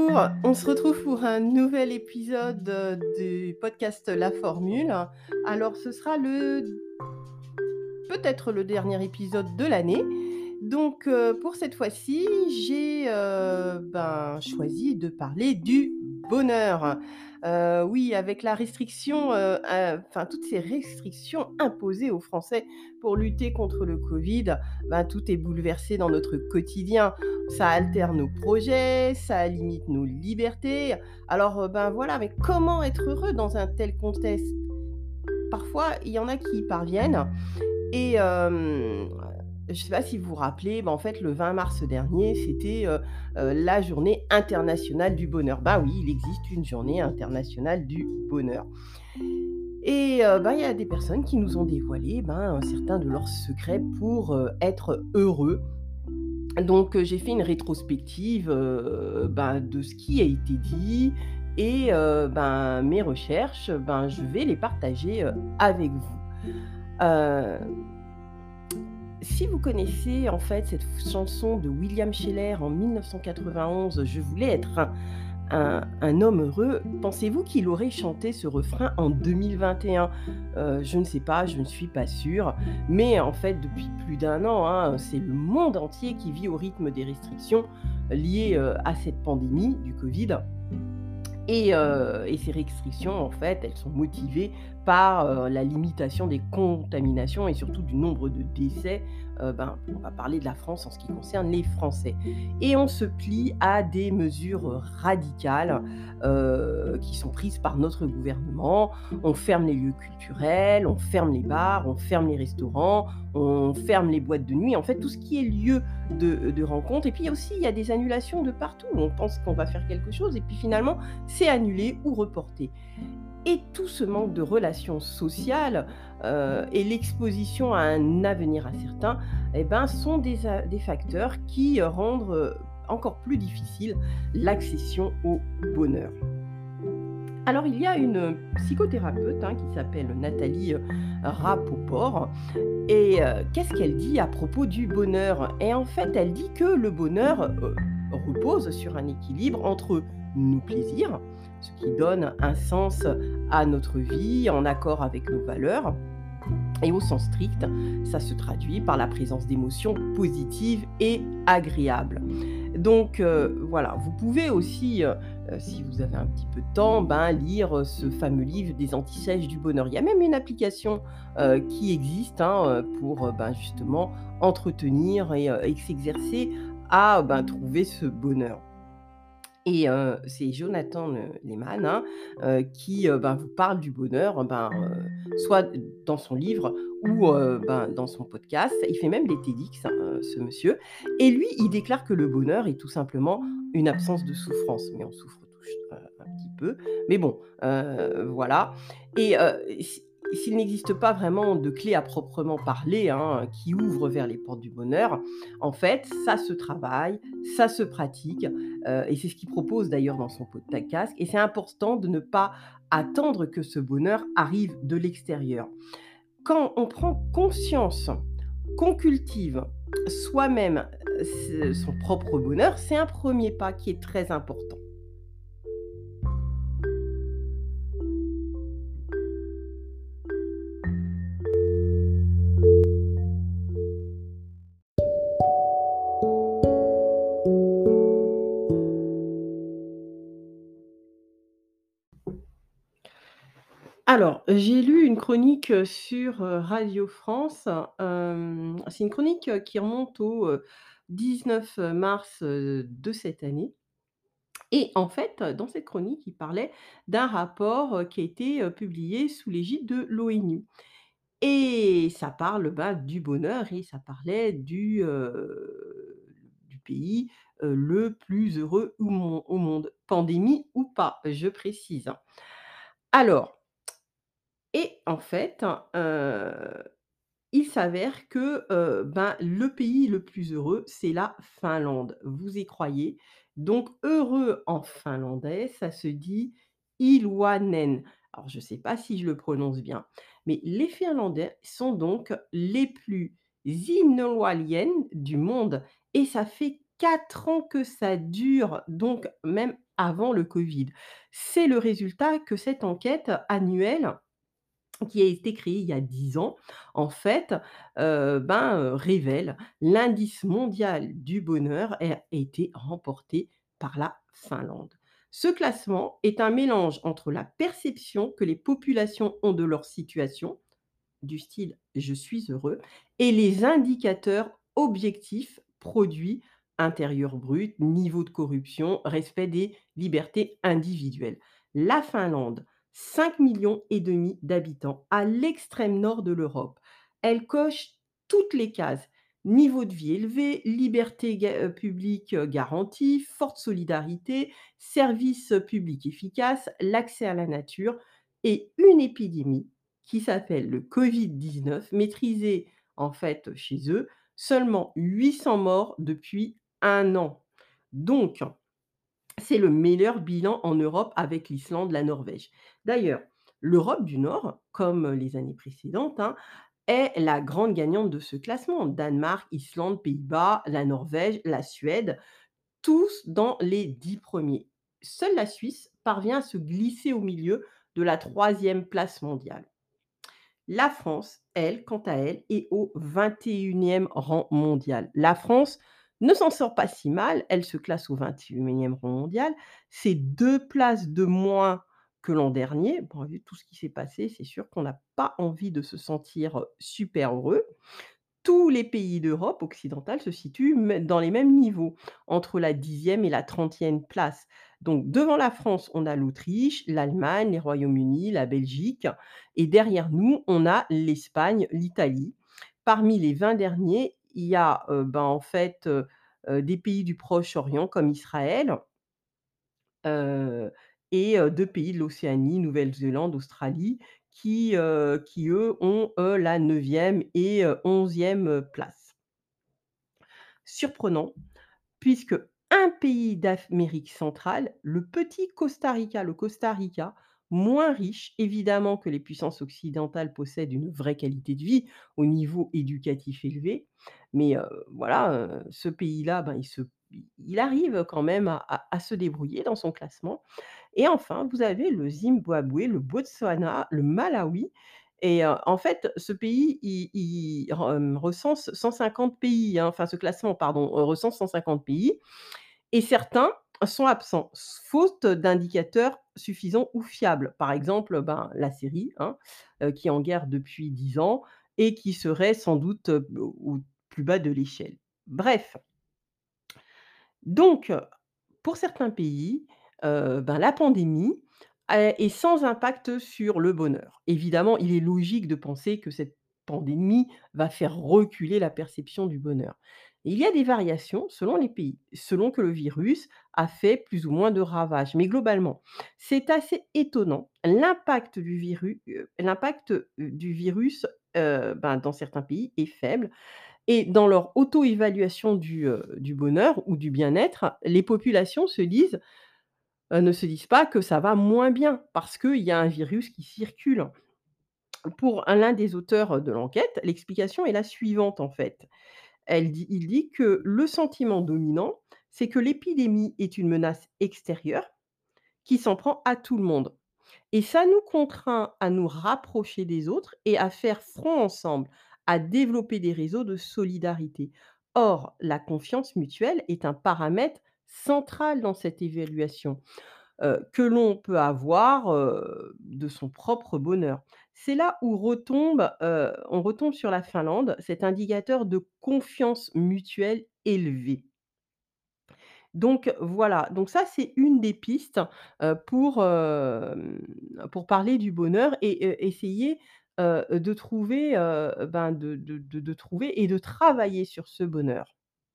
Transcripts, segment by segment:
Bonjour, on se retrouve pour un nouvel épisode du podcast La Formule. Alors ce sera peut-être le dernier épisode de l'année. Donc pour cette fois-ci, j'ai choisi de parler du bonheur. Oui, avec la restriction, toutes ces restrictions imposées aux Français pour lutter contre le Covid, tout est bouleversé dans notre quotidien. Ça altère nos projets, ça limite nos libertés. Alors, voilà, mais comment être heureux dans un tel contexte? Parfois, il y en a qui y parviennent et je ne sais pas si vous vous rappelez, en fait, le 20 mars dernier, c'était, la journée internationale du bonheur. Oui, il existe une journée internationale du bonheur et il y a des personnes qui nous ont dévoilé, certains de leurs secrets pour, être heureux. Donc j'ai fait une rétrospective, de ce qui a été dit et mes recherches, je vais les partager, avec vous. Heu Si vous connaissez en fait cette chanson de William Sheller en 1991, «Je voulais être un homme heureux», pensez-vous qu'il aurait chanté ce refrain en 2021? Je ne sais pas, je ne suis pas sûre, mais en fait depuis plus d'un an, c'est le monde entier qui vit au rythme des restrictions liées, à cette pandémie du Covid. Et ces restrictions, en fait, elles sont motivées par, la limitation des contaminations et surtout du nombre de décès. On va parler de la France en ce qui concerne les Français et on se plie à des mesures radicales, qui sont prises par notre gouvernement. On ferme les lieux culturels, on ferme les bars, on ferme les restaurants, on ferme les boîtes de nuit, en fait, tout ce qui est lieu de rencontre et puis aussi, il y a des annulations de partout. On pense qu'on va faire quelque chose et puis finalement, c'est annulé ou reporté. Et tout ce manque de relations sociales, et l'exposition à un avenir incertain, sont des facteurs qui, rendent, encore plus difficile l'accession au bonheur. Alors il y a une psychothérapeute, qui s'appelle Nathalie, Rapoport et qu'est-ce qu'elle dit à propos du bonheur? Et en fait, elle dit que le bonheur, repose sur un équilibre entre nos plaisirs, ce qui donne un sens à notre vie en accord avec nos valeurs et au sens strict, ça se traduit par la présence d'émotions positives et agréables. Donc voilà, vous pouvez aussi, si vous avez un petit peu de temps, lire, ce fameux livre des antisèches du bonheur. Il y a même une application, qui existe, pour, justement entretenir et s'exercer à, trouver ce bonheur. Et c'est Jonathan Lehmann, qui, vous parle du bonheur, soit dans son livre ou dans son podcast. Il fait même des TEDx, ce monsieur et lui, il déclare que le bonheur est tout simplement une absence de souffrance. Mais on souffre tous, un petit peu. Mais bon, voilà et s'il n'existe pas vraiment de clé à proprement parler, qui ouvre vers les portes du bonheur, en fait, ça se travaille, ça se pratique. Et c'est ce qu'il propose d'ailleurs dans son podcast et c'est important de ne pas attendre que ce bonheur arrive de l'extérieur. Quand on prend conscience qu'on cultive soi-même, son propre bonheur, c'est un premier pas qui est très important. Alors, j'ai lu une chronique, sur, Radio France, c'est une chronique, qui remonte au, 19 mars, de cette année. Et en fait, dans cette chronique, il parlait d'un rapport, qui a été, publié sous l'égide de l'ONU et ça parle, du bonheur et ça parlait du pays, le plus heureux au monde, pandémie ou pas, je précise. Alors et en fait, il s'avère que, le pays le plus heureux, c'est la Finlande. Vous y croyez? Donc heureux en finlandais, ça se dit Iloinen. Alors je ne sais pas si je le prononce bien, mais les Finlandais sont donc les plus innoaliennes du monde et ça fait 4 ans que ça dure, donc même avant le Covid. C'est le résultat que cette enquête annuelle qui a été créée il y a 10 ans, en fait, révèle l'indice mondial du bonheur a été remporté par la Finlande. Ce classement est un mélange entre la perception que les populations ont de leur situation, du style «je suis heureux» et les indicateurs objectifs, produits intérieur brut, niveau de corruption, respect des libertés individuelles. La Finlande, 5,5 millions d'habitants, à l'extrême nord de l'Europe. Elle coche toutes les cases. Niveau de vie élevé, liberté publique garantie, forte solidarité, services publics efficaces, l'accès à la nature et une épidémie qui s'appelle le Covid-19, maîtrisé en fait chez eux, seulement 800 morts depuis 1 an. Donc, c'est le meilleur bilan en Europe avec l'Islande, la Norvège. D'ailleurs, l'Europe du Nord, comme les années précédentes, hein, est la grande gagnante de ce classement. Danemark, Islande, Pays-Bas, la Norvège, la Suède, tous dans les 10 premiers. Seule la Suisse parvient à se glisser au milieu de la troisième place mondiale. La France, elle, quant à elle, est au 21e rang mondial. La France ne s'en sort pas si mal, elle se classe au 21e rang mondial. C'est 2 places de moins que l'an dernier. Bon, vu tout ce qui s'est passé, c'est sûr qu'on n'a pas envie de se sentir, super heureux. Tous les pays d'Europe occidentale se situent dans les mêmes niveaux, entre la 10e et la 30e place. Donc devant la France, on a l'Autriche, l'Allemagne, les Royaumes-Unis, la Belgique et derrière nous, on a l'Espagne, l'Italie. Parmi les 20 derniers, il y a, des pays du Proche-Orient comme Israël, heu 2 pays de l'Océanie, Nouvelle-Zélande, Australie, qui eux ont, la 9e et 11e place. Surprenant, puisque un pays d'Amérique centrale, le petit Costa Rica, le Costa Rica, moins riche évidemment que les puissances occidentales possèdent une vraie qualité de vie au niveau éducatif élevé, mais voilà, ce pays-là, il arrive quand même à se débrouiller dans son classement et enfin, vous avez le Zimbabwe, le Botswana, le Malawi et en fait, ce pays, recense 150 pays, hein, enfin ce classement pardon, recense 150 pays et certains sont absents, faute d'indicateurs suffisants ou fiables. Par exemple, la Syrie, hein, qui est en guerre depuis 10 ans et qui serait sans doute, au plus bas de l'échelle. Bref, donc pour certains pays, la pandémie, est sans impact sur le bonheur. Évidemment, il est logique de penser que cette pandémie va faire reculer la perception du bonheur. Il y a des variations selon les pays, selon que le virus a fait plus ou moins de ravages. Mais globalement, c'est assez étonnant. Du virus, dans certains pays est faible et dans leur auto-évaluation du bonheur ou du bien-être, les populations ne se disent pas que ça va moins bien parce qu'il y a un virus qui circule. Pour l'un des auteurs de l'enquête, l'explication est la suivante en fait. Il dit que le sentiment dominant, c'est que l'épidémie est une menace extérieure qui s'en prend à tout le monde. Et ça nous contraint à nous rapprocher des autres et à faire front ensemble, à développer des réseaux de solidarité. Or, la confiance mutuelle est un paramètre central dans cette évaluation, que l'on peut avoir, de son propre bonheur. C'est là où on retombe sur la Finlande, cet indicateur de confiance mutuelle élevée. Donc voilà, donc ça c'est une des pistes, pour parler du bonheur et essayer, de trouver, de trouver et de travailler sur ce bonheur.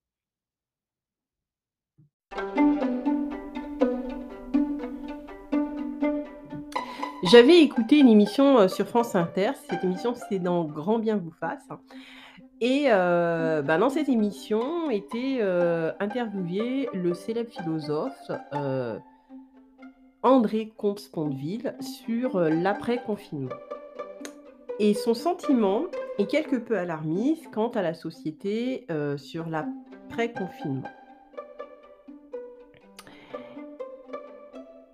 J'avais écouté une émission, sur France Inter. Cette émission, c'est dans Grand bien vous fasse et dans cette émission était, interviewé le célèbre philosophe, André Comte-Sponville sur, l'après-confinement et son sentiment est quelque peu alarmiste quant à la société, sur l'après-confinement.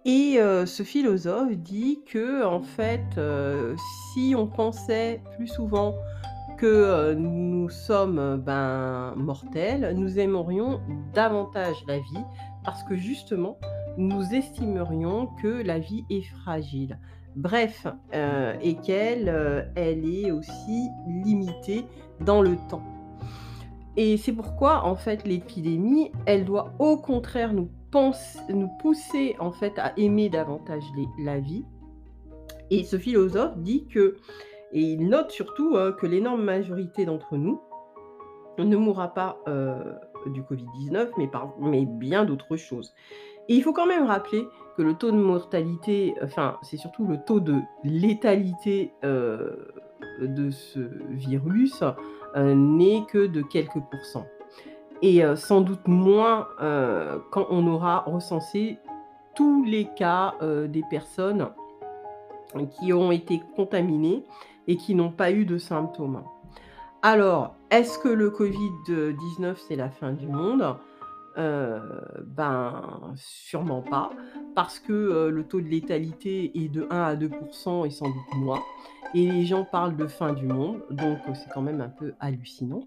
Et ce philosophe dit que en fait, si on pensait plus souvent que, nous sommes, ben, mortels, nous aimerions davantage la vie parce que justement, nous estimerions que la vie est fragile. Bref, et qu'elle, elle est aussi limitée dans le temps. Et c'est pourquoi, en fait, l'épidémie, elle doit au contraire nous pousser, en fait, à aimer davantage la vie. Et ce philosophe dit que et il note surtout, que l'énorme majorité d'entre nous ne mourra pas, du Covid-19, mais bien d'autres choses. Et il faut quand même rappeler que le taux de mortalité, enfin, c'est surtout le taux de létalité, de ce virus, n'est que de quelques pourcents. Et sans doute moins, quand on aura recensé tous les cas, des personnes qui ont été contaminées et qui n'ont pas eu de symptômes. Alors, est-ce que le Covid-19, c'est la fin du monde? Heu, ben, sûrement pas, parce que, le taux de létalité est de 1 à 2 et sans doute moins, et les gens parlent de fin du monde, donc c'est quand même un peu hallucinant.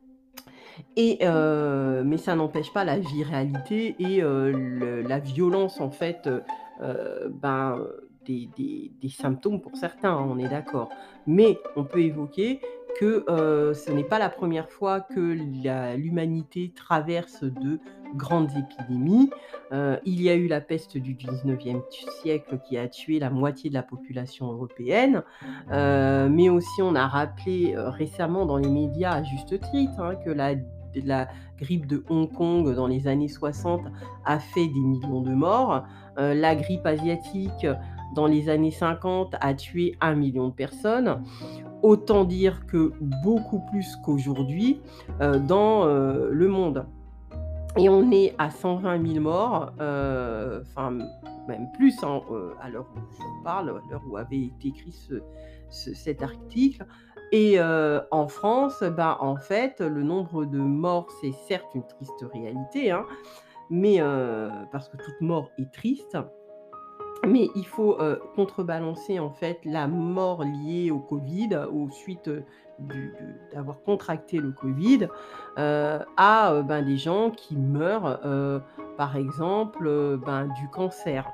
Et mais ça n'empêche pas la viralité et la violence en fait, ben, des symptômes pour certains, hein, on est d'accord. Mais on peut évoquer que, ce n'est pas la première fois que l'humanité traverse de grandes épidémies. Il y a eu la peste du 19e siècle qui a tué la moitié de la population européenne, mais aussi on a rappelé, récemment dans les médias à juste titre, hein, que la grippe de Hong Kong dans les années 60 a fait des millions de morts. La grippe asiatique dans les années 50 a tué 1 million de personnes. Autant dire que beaucoup plus qu'aujourd'hui, dans, le monde. Et on est à 120 000 morts, enfin même plus, hein, à l'heure où je vous parle, à l'heure où avait été écrit cet article. Et en France, ben, en fait, le nombre de morts, c'est certes une triste réalité, hein, mais parce que toute mort est triste, mais il faut, contrebalancer en fait la mort liée au Covid, aux suites, d'avoir contracté le Covid, à, ben, des gens qui meurent, par exemple, ben, du cancer.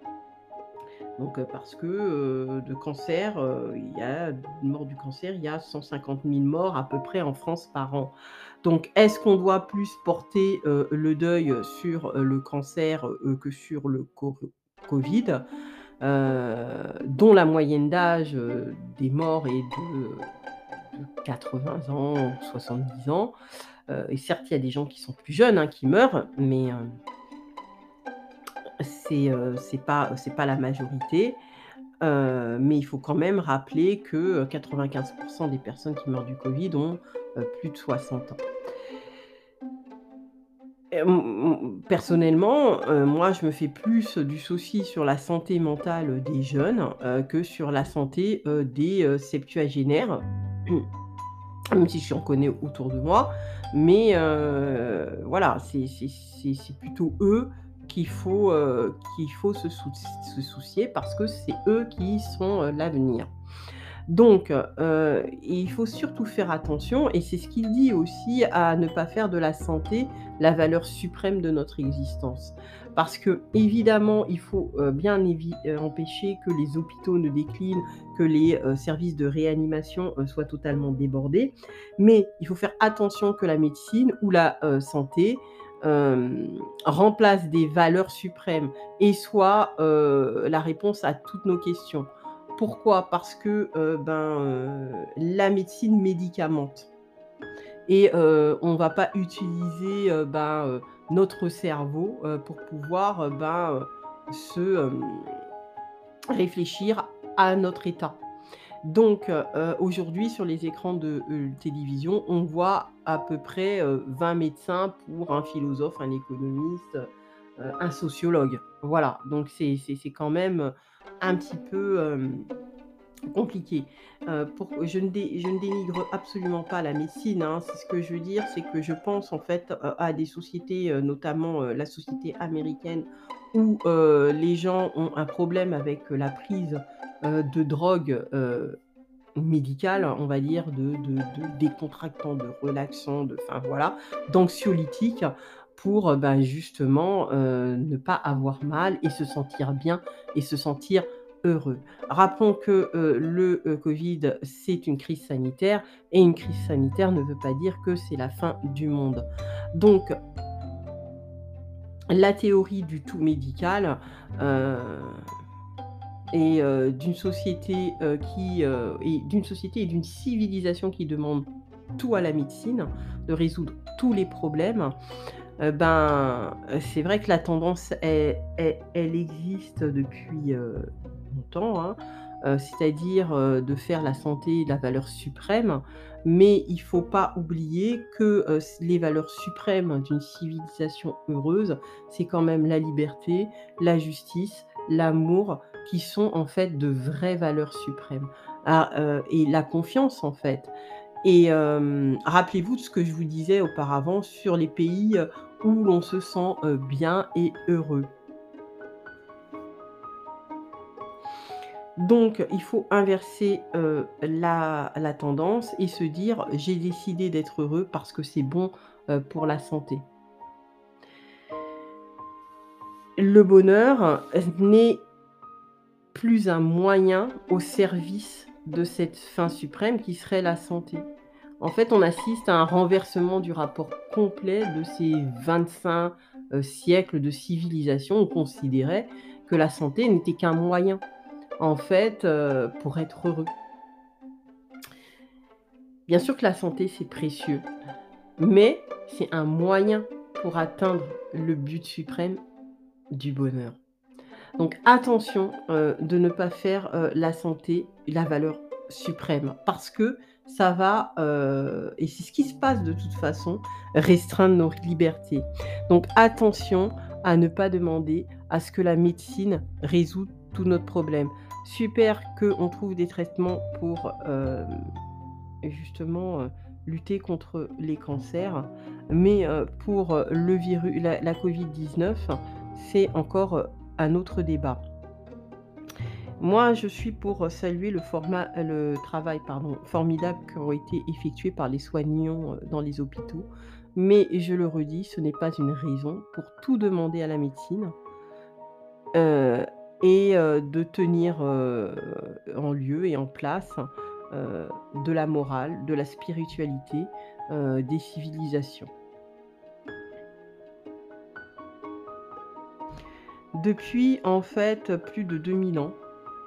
Donc, parce que, de cancer, il y a mort du cancer, il y a 150 000 morts à peu près en France par an. Donc est-ce qu'on doit plus porter, le deuil sur, le cancer, que sur le Covid? Dont la moyenne d'âge, des morts est de 80 ans, 70 ans. Et certes, il y a des gens qui sont plus jeunes, hein, qui meurent, mais c'est pas la majorité. Mais il faut quand même rappeler que, 95 des personnes qui meurent du Covid ont, plus de 60 ans. Personnellement, moi, je me fais plus du souci sur la santé mentale des jeunes, que sur la santé, des, septuagénaires, même si j'en connais autour de moi. Mais voilà, c'est plutôt eux qu'il faut se soucier parce que c'est eux qui sont, l'avenir. Donc, il faut surtout faire attention et c'est ce qu'il dit aussi, à ne pas faire de la santé la valeur suprême de notre existence. Parce qu'évidemment, il faut, bien empêcher que les hôpitaux ne déclinent, que les, services de réanimation, soient totalement débordés. Mais il faut faire attention que la médecine ou la, santé, remplace des valeurs suprêmes et soit, la réponse à toutes nos questions. Pourquoi? Parce que, ben, la médecine médicamente et on va pas utiliser, ben, notre cerveau, pour pouvoir, ben, réfléchir à notre état. Donc aujourd'hui sur les écrans de, télévision, on voit à peu près, 20 médecins pour un philosophe, un économiste, un sociologue. Voilà, donc c'est quand même, un petit peu, compliqué. Je ne dénigre absolument pas la médecine, hein. C'est ce que je veux dire, c'est que je pense en fait, à des sociétés, notamment, la société américaine où les gens ont un problème avec la prise de drogue médicale, on va dire, de décontractants, de relaxants, enfin voilà, d'anxiolytiques pour ben, justement ne pas avoir mal et se sentir bien et se sentir heureux. Rappelons que le Covid, c'est une crise sanitaire et une crise sanitaire ne veut pas dire que c'est la fin du monde. Donc, la théorie du tout médical et d'une société d'une société et d'une civilisation qui demande tout à la médecine, de résoudre tous les problèmes, ben, c'est vrai que la tendance elle existe depuis longtemps, hein, c'est-à-dire de faire la santé la valeur suprême, mais il ne faut pas oublier que les valeurs suprêmes d'une civilisation heureuse, c'est quand même la liberté, la justice, l'amour, qui sont en fait de vraies valeurs suprêmes. Ah, et la confiance en fait. Et rappelez-vous de ce que je vous disais auparavant sur les pays où l'on se sent bien et heureux. Donc il faut inverser la tendance et se dire: «J'ai décidé d'être heureux parce que c'est bon pour la santé». Le bonheur n'est plus un moyen au service de cette fin suprême qui serait la santé. En fait, on assiste à un renversement du rapport complet de ces 25 siècles de civilisation. On considérait que la santé n'était qu'un moyen, en fait, pour être heureux. Bien sûr que la santé, c'est précieux, mais c'est un moyen pour atteindre le but suprême du bonheur. Donc attention de ne pas faire la santé la valeur suprême parce que ça va, et c'est ce qui se passe de toute façon, restreindre nos libertés. Donc attention à ne pas demander à ce que la médecine résout tous nos problèmes. Super qu'on trouve des traitements pour justement lutter contre les cancers, mais pour le virus, la Covid-19, c'est encore un autre débat. Moi, je suis pour saluer le travail formidable qui a été effectué par les soignants dans les hôpitaux, mais je le redis, ce n'est pas une raison pour tout demander à la médecine euh, et de tenir en lieu et en place de la morale, de la spiritualité, des civilisations. Depuis en fait plus de 2000 ans,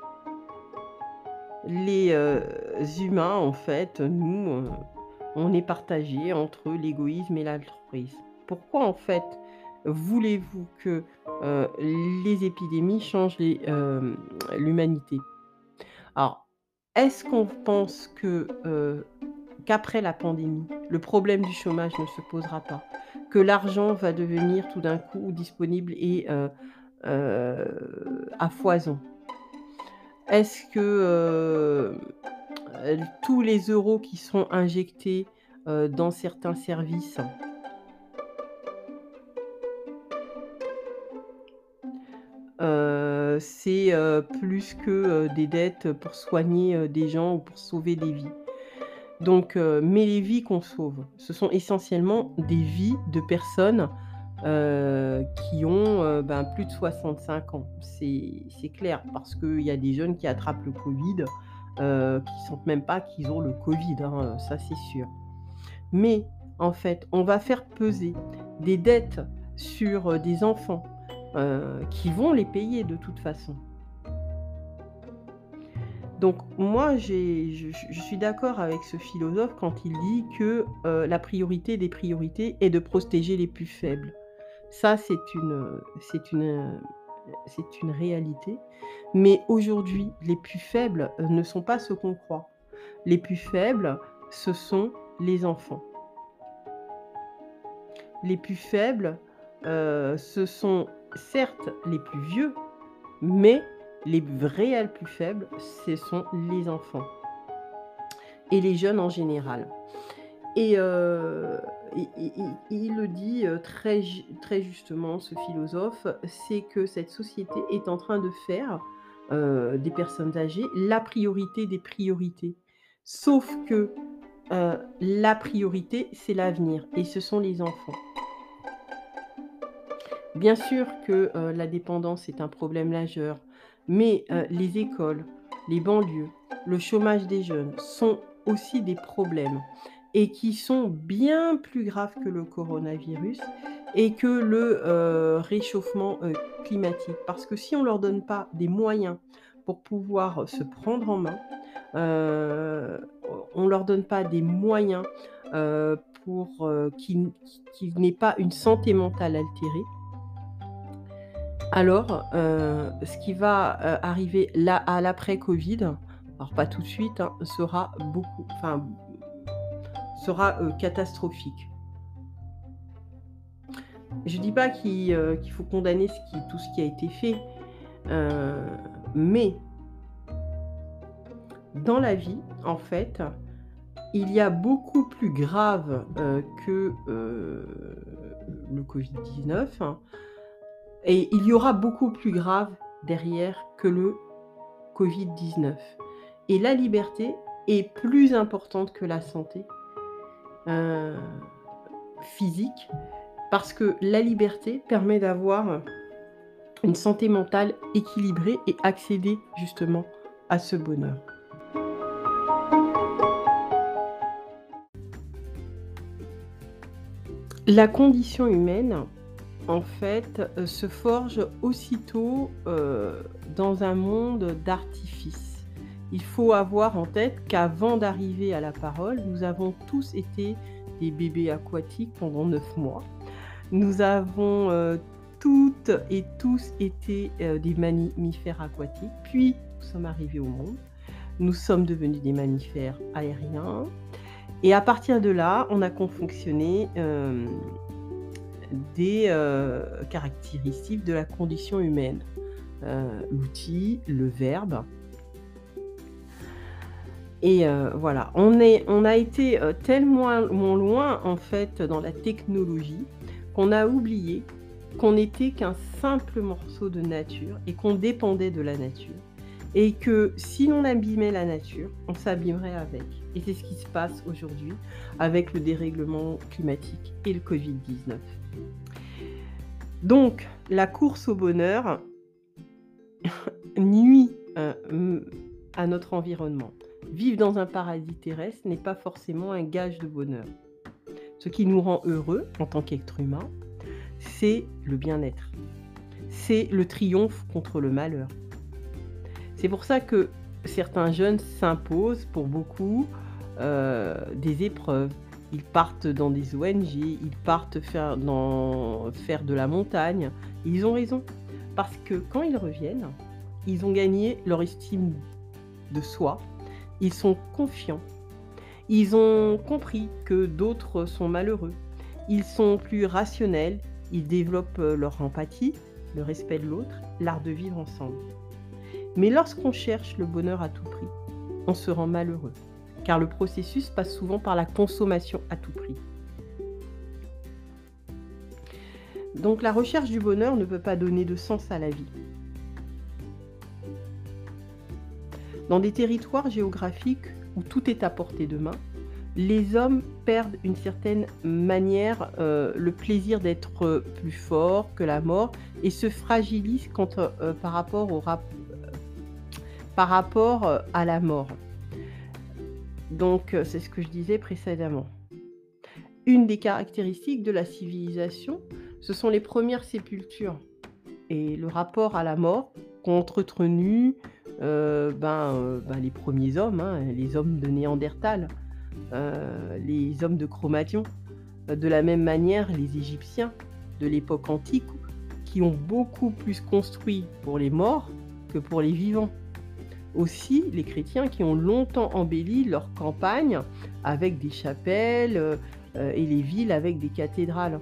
les humains en fait, nous, on est partagés entre l'égoïsme et l'altruisme. Pourquoi en fait voulez-vous que les épidémies changent l'humanité? Alors, est-ce qu'on pense qu'après la pandémie, le problème du chômage ne se posera pas? Que l'argent va devenir tout d'un coup disponible et à foison? Est-ce que tous les euros qui sont injectés dans certains services, c'est plus que des dettes pour soigner des gens ou pour sauver des vies? Donc, mais les vies qu'on sauve, ce sont essentiellement des vies de personnes qui ont ben, plus de 65 ans. C'est clair, parce qu'il y a des jeunes qui attrapent le Covid, qui ne sentent même pas qu'ils ont le Covid, hein, ça c'est sûr. Mais en fait, on va faire peser des dettes sur des enfants qui vont les payer de toute façon. Donc moi, je suis d'accord avec ce philosophe quand il dit que la priorité des priorités est de protéger les plus faibles. Ça, c'est une réalité. Mais aujourd'hui, les plus faibles ne sont pas ce qu'on croit. Les plus faibles, ce sont les enfants. Les plus faibles, ce sont certes les plus vieux, mais les réels plus faibles, ce sont les enfants et les jeunes en général. Et il le dit, très justement, ce philosophe, c'est que cette société est en train de faire, des personnes âgées la priorité des priorités. Sauf que, la priorité, c'est l'avenir et ce sont les enfants. Bien sûr que, la dépendance est un problème majeur, mais, les écoles, les banlieues, le chômage des jeunes sont aussi des problèmes et qui sont bien plus graves que le coronavirus et que le, réchauffement, climatique. Parce que si on leur donne pas des moyens pour pouvoir se prendre en main, heu, on leur donne pas des moyens, pour, qu'ils n'aient pas une santé mentale altérée, alors, ce qui va, arriver là à l'après-Covid, alors pas tout de suite, hein, sera beaucoup enfin, sera, catastrophique. Je dis pas qu'il faut condamner tout ce qui a été fait, heu, mais dans la vie, en fait, il y a beaucoup plus grave, que, le Covid-19, et il y aura beaucoup plus grave derrière que le Covid-19. Et la liberté est plus importante que la santé, heu, physique, parce que la liberté permet d'avoir une santé mentale équilibrée et accéder justement à ce bonheur. La condition humaine, en fait, se forge aussitôt, dans un monde d'artifice. Il faut avoir en tête qu'avant d'arriver à la parole, nous avons tous été des bébés aquatiques pendant 9 mois. Nous avons, toutes et tous été, des mammifères aquatiques, puis nous sommes arrivés au monde. Nous sommes devenus des mammifères aériens et à partir de là, on a confectionné, des, caractéristiques de la condition humaine. L'outil, le verbe et voilà. On a été, tellement loin en fait dans la technologie qu'on a oublié qu'on n'était qu'un simple morceau de nature et qu'on dépendait de la nature et que si l'on abîmait la nature, on s'abîmerait avec et c'est ce qui se passe aujourd'hui avec le dérèglement climatique et le Covid-19. Donc la course au bonheur nuit, à notre environnement. Vivre dans un paradis terrestre n'est pas forcément un gage de bonheur. Ce qui nous rend heureux en tant qu'être humain, c'est le bien-être. C'est le triomphe contre le malheur. C'est pour ça que certains jeunes s'imposent pour beaucoup, des épreuves. Ils partent dans des ONG, ils partent faire de la montagne. Ils ont raison, parce que quand ils reviennent, ils ont gagné leur estime de soi, ils sont confiants, ils ont compris que d'autres sont malheureux, ils sont plus rationnels, ils développent, leur empathie, le respect de l'autre, l'art de vivre ensemble. Mais lorsqu'on cherche le bonheur à tout prix, on se rend malheureux, car le processus passe souvent par la consommation à tout prix. Donc la recherche du bonheur ne peut pas donner de sens à la vie. Dans des territoires géographiques où tout est à portée de main, les hommes perdent d'une certaine manière, le plaisir d'être plus forts que la mort et se fragilisent par rapport, à la mort. Donc c'est ce que je disais précédemment. Une des caractéristiques de la civilisation, ce sont les premières sépultures et le rapport à la mort qu'ont entretenu, les premiers hommes, hein, les hommes de Néandertal, les hommes de Cro-Magnon. De la même manière, les Égyptiens de l'époque antique qui ont beaucoup plus construit pour les morts que pour les vivants. Aussi, les chrétiens qui ont longtemps embelli leurs campagnes avec des chapelles, et les villes avec des cathédrales.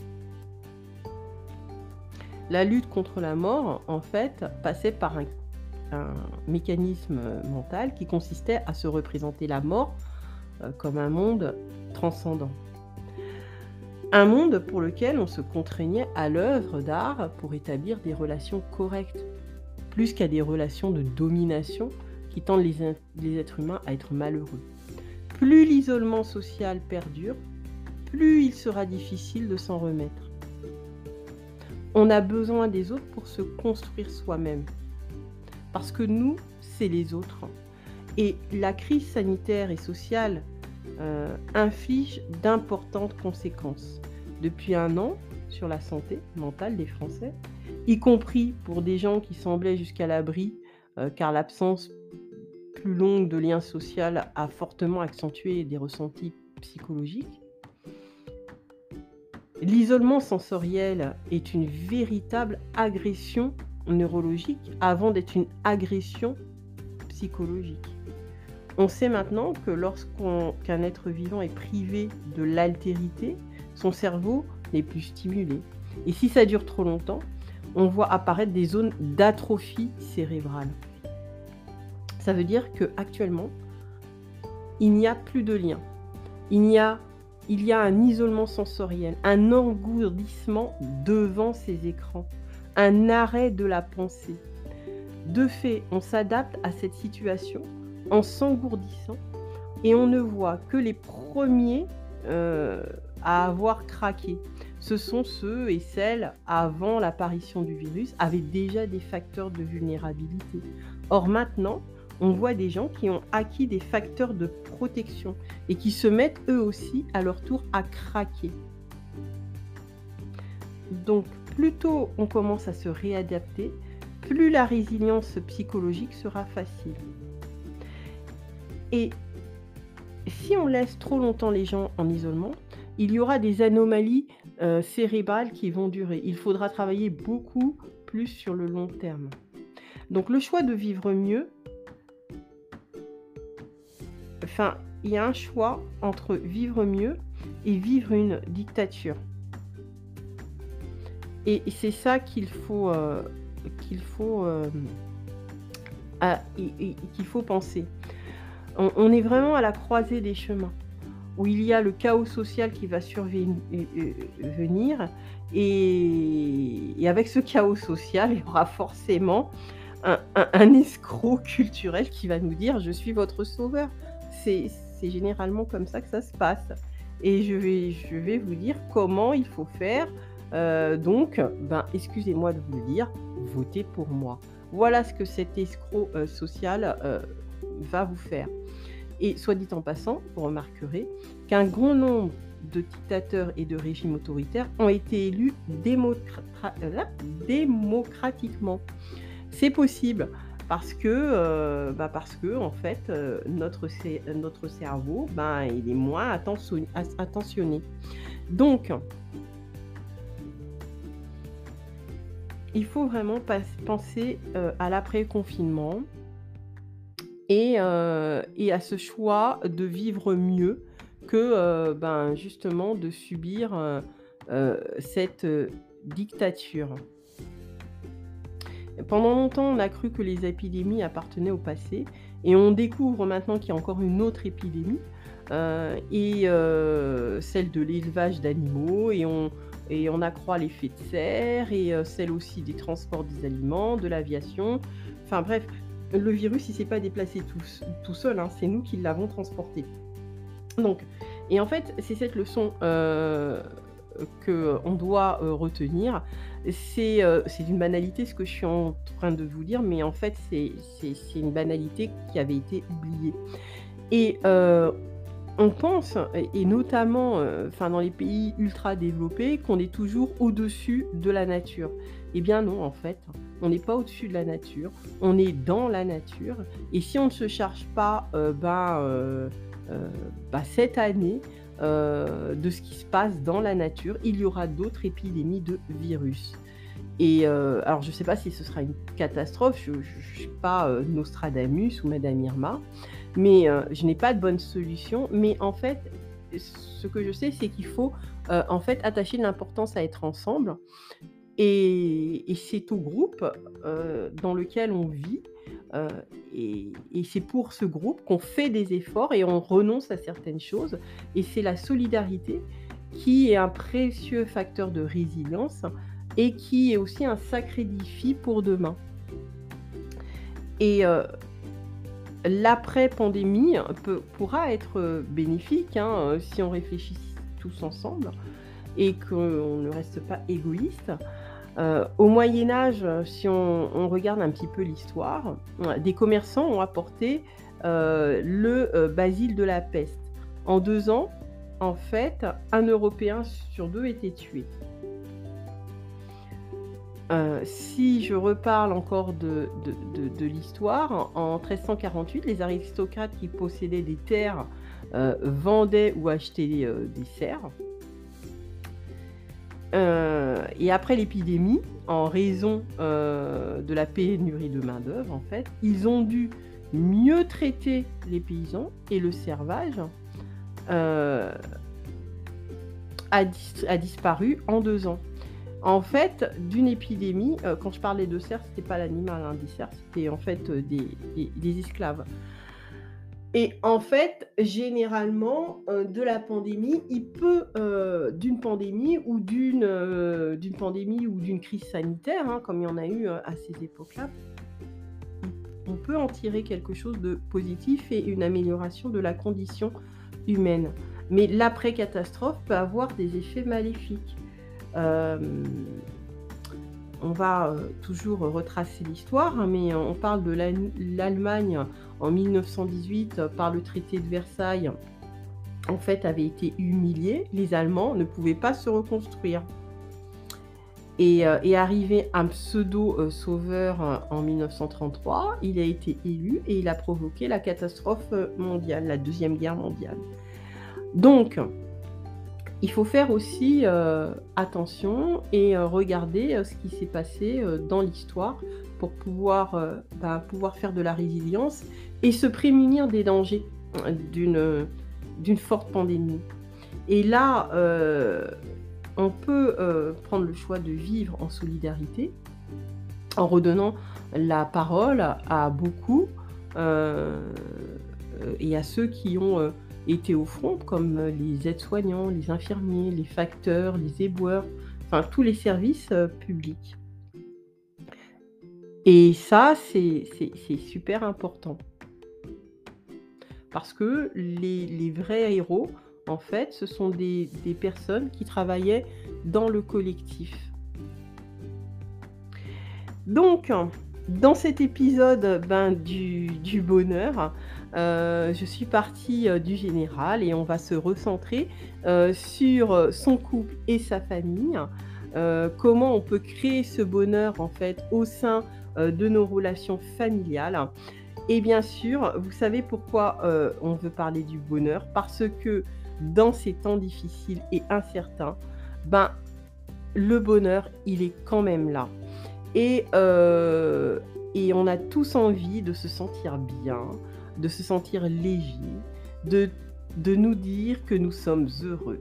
La lutte contre la mort, en fait, passait par un mécanisme mental qui consistait à se représenter la mort comme un monde transcendant. Un monde pour lequel on se contraignait à l'œuvre d'art pour établir des relations correctes, plus qu'à des relations de domination qui tendent les êtres humains à être malheureux. Plus l'isolement social perdure, plus il sera difficile de s'en remettre. On a besoin des autres pour se construire soi-même. Parce que nous, c'est les autres. Et la crise sanitaire et sociale inflige d'importantes conséquences. Depuis 1 an, sur la santé mentale des Français, y compris pour des gens qui semblaient jusqu'à l'abri, car l'absence plus longue de lien social a fortement accentué des ressentis psychologiques. L'isolement sensoriel est une véritable agression neurologique avant d'être une agression psychologique. On sait maintenant que qu'un être vivant est privé de l'altérité, son cerveau n'est plus stimulé. Et si ça dure trop longtemps, on voit apparaître des zones d'atrophie cérébrale. Ça veut dire qu'actuellement, il n'y a plus de lien. Il y a un isolement sensoriel, un engourdissement devant ces écrans, un arrêt de la pensée. De fait, on s'adapte à cette situation en s'engourdissant et on ne voit que les premiers à avoir craqué. Ce sont ceux et celles, avant l'apparition du virus, avaient déjà des facteurs de vulnérabilité. Or maintenant, on voit des gens qui ont acquis des facteurs de protection et qui se mettent eux aussi à leur tour à craquer. Donc, plus tôt on commence à se réadapter, plus la résilience psychologique sera facile. Et si on laisse trop longtemps les gens en isolement, il y aura des anomalies cérébrales qui vont durer. Il faudra travailler beaucoup plus sur le long terme. Donc le choix de vivre mieux, il y a un choix entre vivre mieux et vivre une dictature. Et c'est ça qu'il faut penser. On est vraiment à la croisée des chemins, où il y a le chaos social qui va survenir, et avec ce chaos social, il y aura forcément un escroc culturel qui va nous dire « je suis votre sauveur ». C'est généralement comme ça que ça se passe. Et je vais vous dire comment il faut faire. Donc, excusez-moi de vous le dire, votez pour moi. Voilà ce que cet escroc social va vous faire. Et soit dit en passant, vous remarquerez qu'un grand nombre de dictateurs et de régimes autoritaires ont été élus démocratiquement. C'est possible parce que en fait, notre cerveau, il est moins attentionné. Donc, il faut vraiment penser à l'après-confinement et à ce choix de vivre mieux que justement de subir cette dictature. Pendant longtemps, on a cru que les épidémies appartenaient au passé et on découvre maintenant qu'il y a encore une autre épidémie, celle de l'élevage d'animaux, et on accroît l'effet de serre, et celle aussi des transports des aliments, de l'aviation. Enfin bref, le virus, il ne s'est pas déplacé tout seul, hein, c'est nous qui l'avons transporté. Donc, et en fait, c'est cette leçon qu'on doit retenir. C'est d'une banalité ce que je suis en train de vous dire, mais en fait, c'est une banalité qui avait été oubliée. Et on pense, et notamment dans les pays ultra développés, qu'on est toujours au-dessus de la nature. Eh bien non, en fait, on n'est pas au-dessus de la nature, on est dans la nature. Et si on ne se charge pas cette année de ce qui se passe dans la nature, il y aura d'autres épidémies de virus. Et alors, je ne sais pas si ce sera une catastrophe, je ne suis pas Nostradamus ou Madame Irma, mais je n'ai pas de bonne solution. Mais en fait, ce que je sais, c'est qu'il faut attacher de l'importance à être ensemble. Et c'est au groupe dans lequel on vit et c'est pour ce groupe qu'on fait des efforts et on renonce à certaines choses et c'est la solidarité qui est un précieux facteur de résilience et qui est aussi un sacré défi pour demain. Et l'après-pandémie pourra être bénéfique, hein, si on réfléchit tous ensemble et qu'on ne reste pas égoïste. Au Moyen Âge, si on regarde un petit peu l'histoire, des commerçants ont apporté, le basil de la peste. En 2 ans, en fait, un Européen sur 2 était tué. Si je reparle encore de l'histoire, en 1348, les aristocrates qui possédaient des terres, vendaient ou achetaient, des serfs. Et après l'épidémie, en raison, de la pénurie de main-d'œuvre, en fait, ils ont dû mieux traiter les paysans et le servage, heu, a disparu en 2 ans. En fait, d'une épidémie, quand je parlais de cerfs, c'était pas l'animal, hein, des cerfs, c'était en fait, des esclaves. Et en fait, généralement, de la pandémie, d'une pandémie ou d'une crise sanitaire, hein, comme il y en a eu, à ces époques-là, on peut en tirer quelque chose de positif et une amélioration de la condition humaine. Mais l'après-catastrophe peut avoir des effets maléfiques. Hem, on va, toujours retracer l'histoire, hein, mais on parle de l'Allemagne en 1918 par le traité de Versailles, en fait, avait été humiliée. Les Allemands ne pouvaient pas se reconstruire et est arrivé un pseudo, sauveur, en 1933. Il a été élu et il a provoqué la catastrophe, mondiale, la deuxième guerre mondiale. Donc il faut faire aussi, attention et regarder, ce qui s'est passé, dans l'histoire pour pouvoir faire de la résilience et se prémunir des dangers, d'une forte pandémie. Et là, on peut, prendre le choix de vivre en solidarité, en redonnant la parole à beaucoup, et à ceux qui ont, été au front, comme les aides-soignants, les infirmiers, les facteurs, les éboueurs, enfin tous les services, publics. Et ça, c'est super important parce que les vrais héros, en fait, ce sont des personnes qui travaillaient dans le collectif. Donc, dans cet épisode, du bonheur, je suis partie, du général et on va se recentrer, sur, son couple et sa famille. Comment on peut créer ce bonheur, en fait, au sein, de nos relations familiales. Et bien sûr, vous savez pourquoi, on veut parler du bonheur? Parce que dans ces temps difficiles et incertains, ben, le bonheur, il est quand même là. Et et on a tous envie de se sentir bien, de se sentir léger, de nous dire que nous sommes heureux.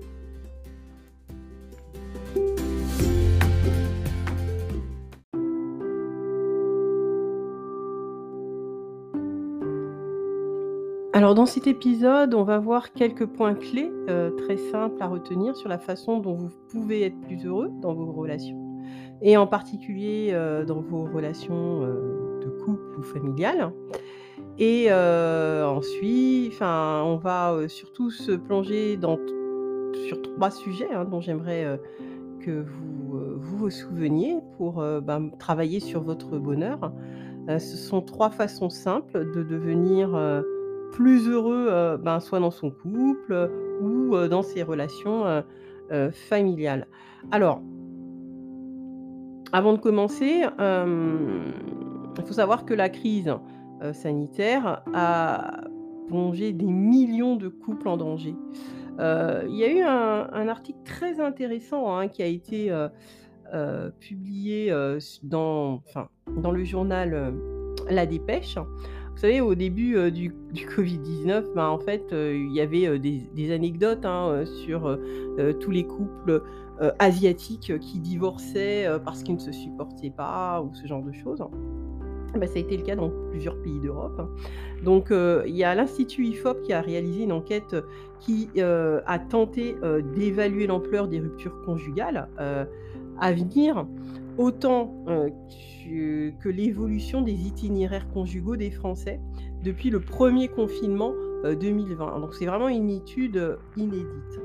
Alors dans cet épisode, on va voir quelques points clés, très simples à retenir sur la façon dont vous pouvez être plus heureux dans vos relations et en particulier, dans vos relations, de couple ou familiales. Et ensuite, enfin, on va, surtout se plonger sur 3 sujets, hein, dont j'aimerais, que vous vous souveniez pour, travailler sur votre bonheur. Ce sont 3 façons simples de devenir, plus heureux, soit dans son couple, ou dans ses relations, familiales. Alors, avant de commencer, il faut savoir que la crise, sanitaire a plongé des millions de couples en danger. Il y a eu un article très intéressant, hein, qui a été, publié, dans le journal, La Dépêche. Vous savez, au début, du Covid-19, en fait, il y avait, des anecdotes, hein, sur, tous les couples, asiatiques qui divorçaient, parce qu'ils ne se supportaient pas ou ce genre de choses. Bah, ça a été le cas dans plusieurs pays d'Europe, hein. Donc, il y a l'Institut IFOP qui a réalisé une enquête, qui, a tenté, d'évaluer l'ampleur des ruptures conjugales, à venir, autant, que l'évolution des itinéraires conjugaux des Français depuis le premier confinement, 2020. Donc c'est vraiment une étude, inédite,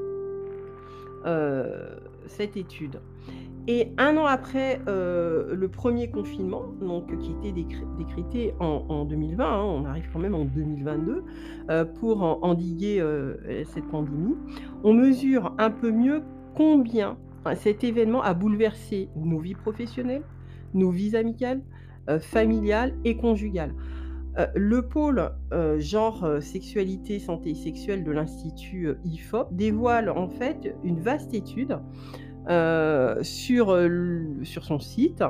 cette étude. Et 1 an après, le premier confinement, donc qui était décrété en 2020, hein, on arrive quand même en 2022, pour endiguer, cette pandémie. On mesure un peu mieux combien, cet événement a bouleversé nos vies professionnelles, nos vies amicales, familiales et conjugales. Le pôle, genre, sexualité, santé sexuelle de l'Institut, IFOP dévoile en fait une vaste étude sur son site,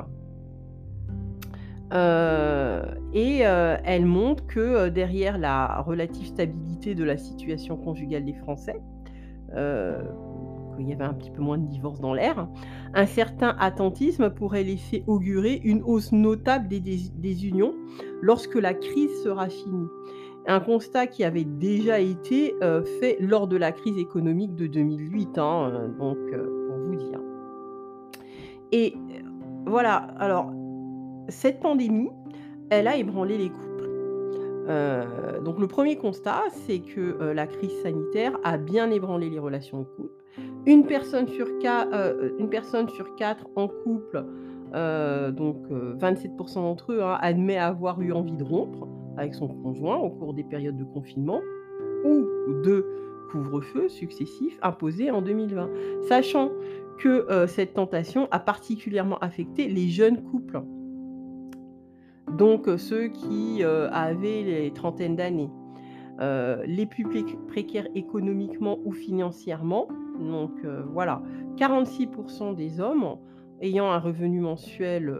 elle montre que, derrière la relative stabilité de la situation conjugale des Français, heu, qu'il y avait un petit peu moins de divorces dans l'air, un certain attentisme pourrait laisser augurer une hausse notable des unions lorsque la crise sera finie. Un constat qui avait déjà été, fait lors de la crise économique de 2008, hein, donc pour vous dire. Et voilà, alors cette pandémie, elle a ébranlé les couples. Donc le premier constat, c'est que, la crise sanitaire a bien ébranlé les relations de couple. Une personne sur 4 en couple, donc 27 d'entre eux, hein, admet avoir eu envie de rompre avec son conjoint au cours des périodes de confinement ou de couvre-feu successifs imposés en 2020. Sachant que, cette tentation a particulièrement affecté les jeunes couples, donc ceux qui, avaient les trentaines d'années, les plus précaires économiquement ou financièrement. Donc voilà, 46 des hommes ayant un revenu mensuel,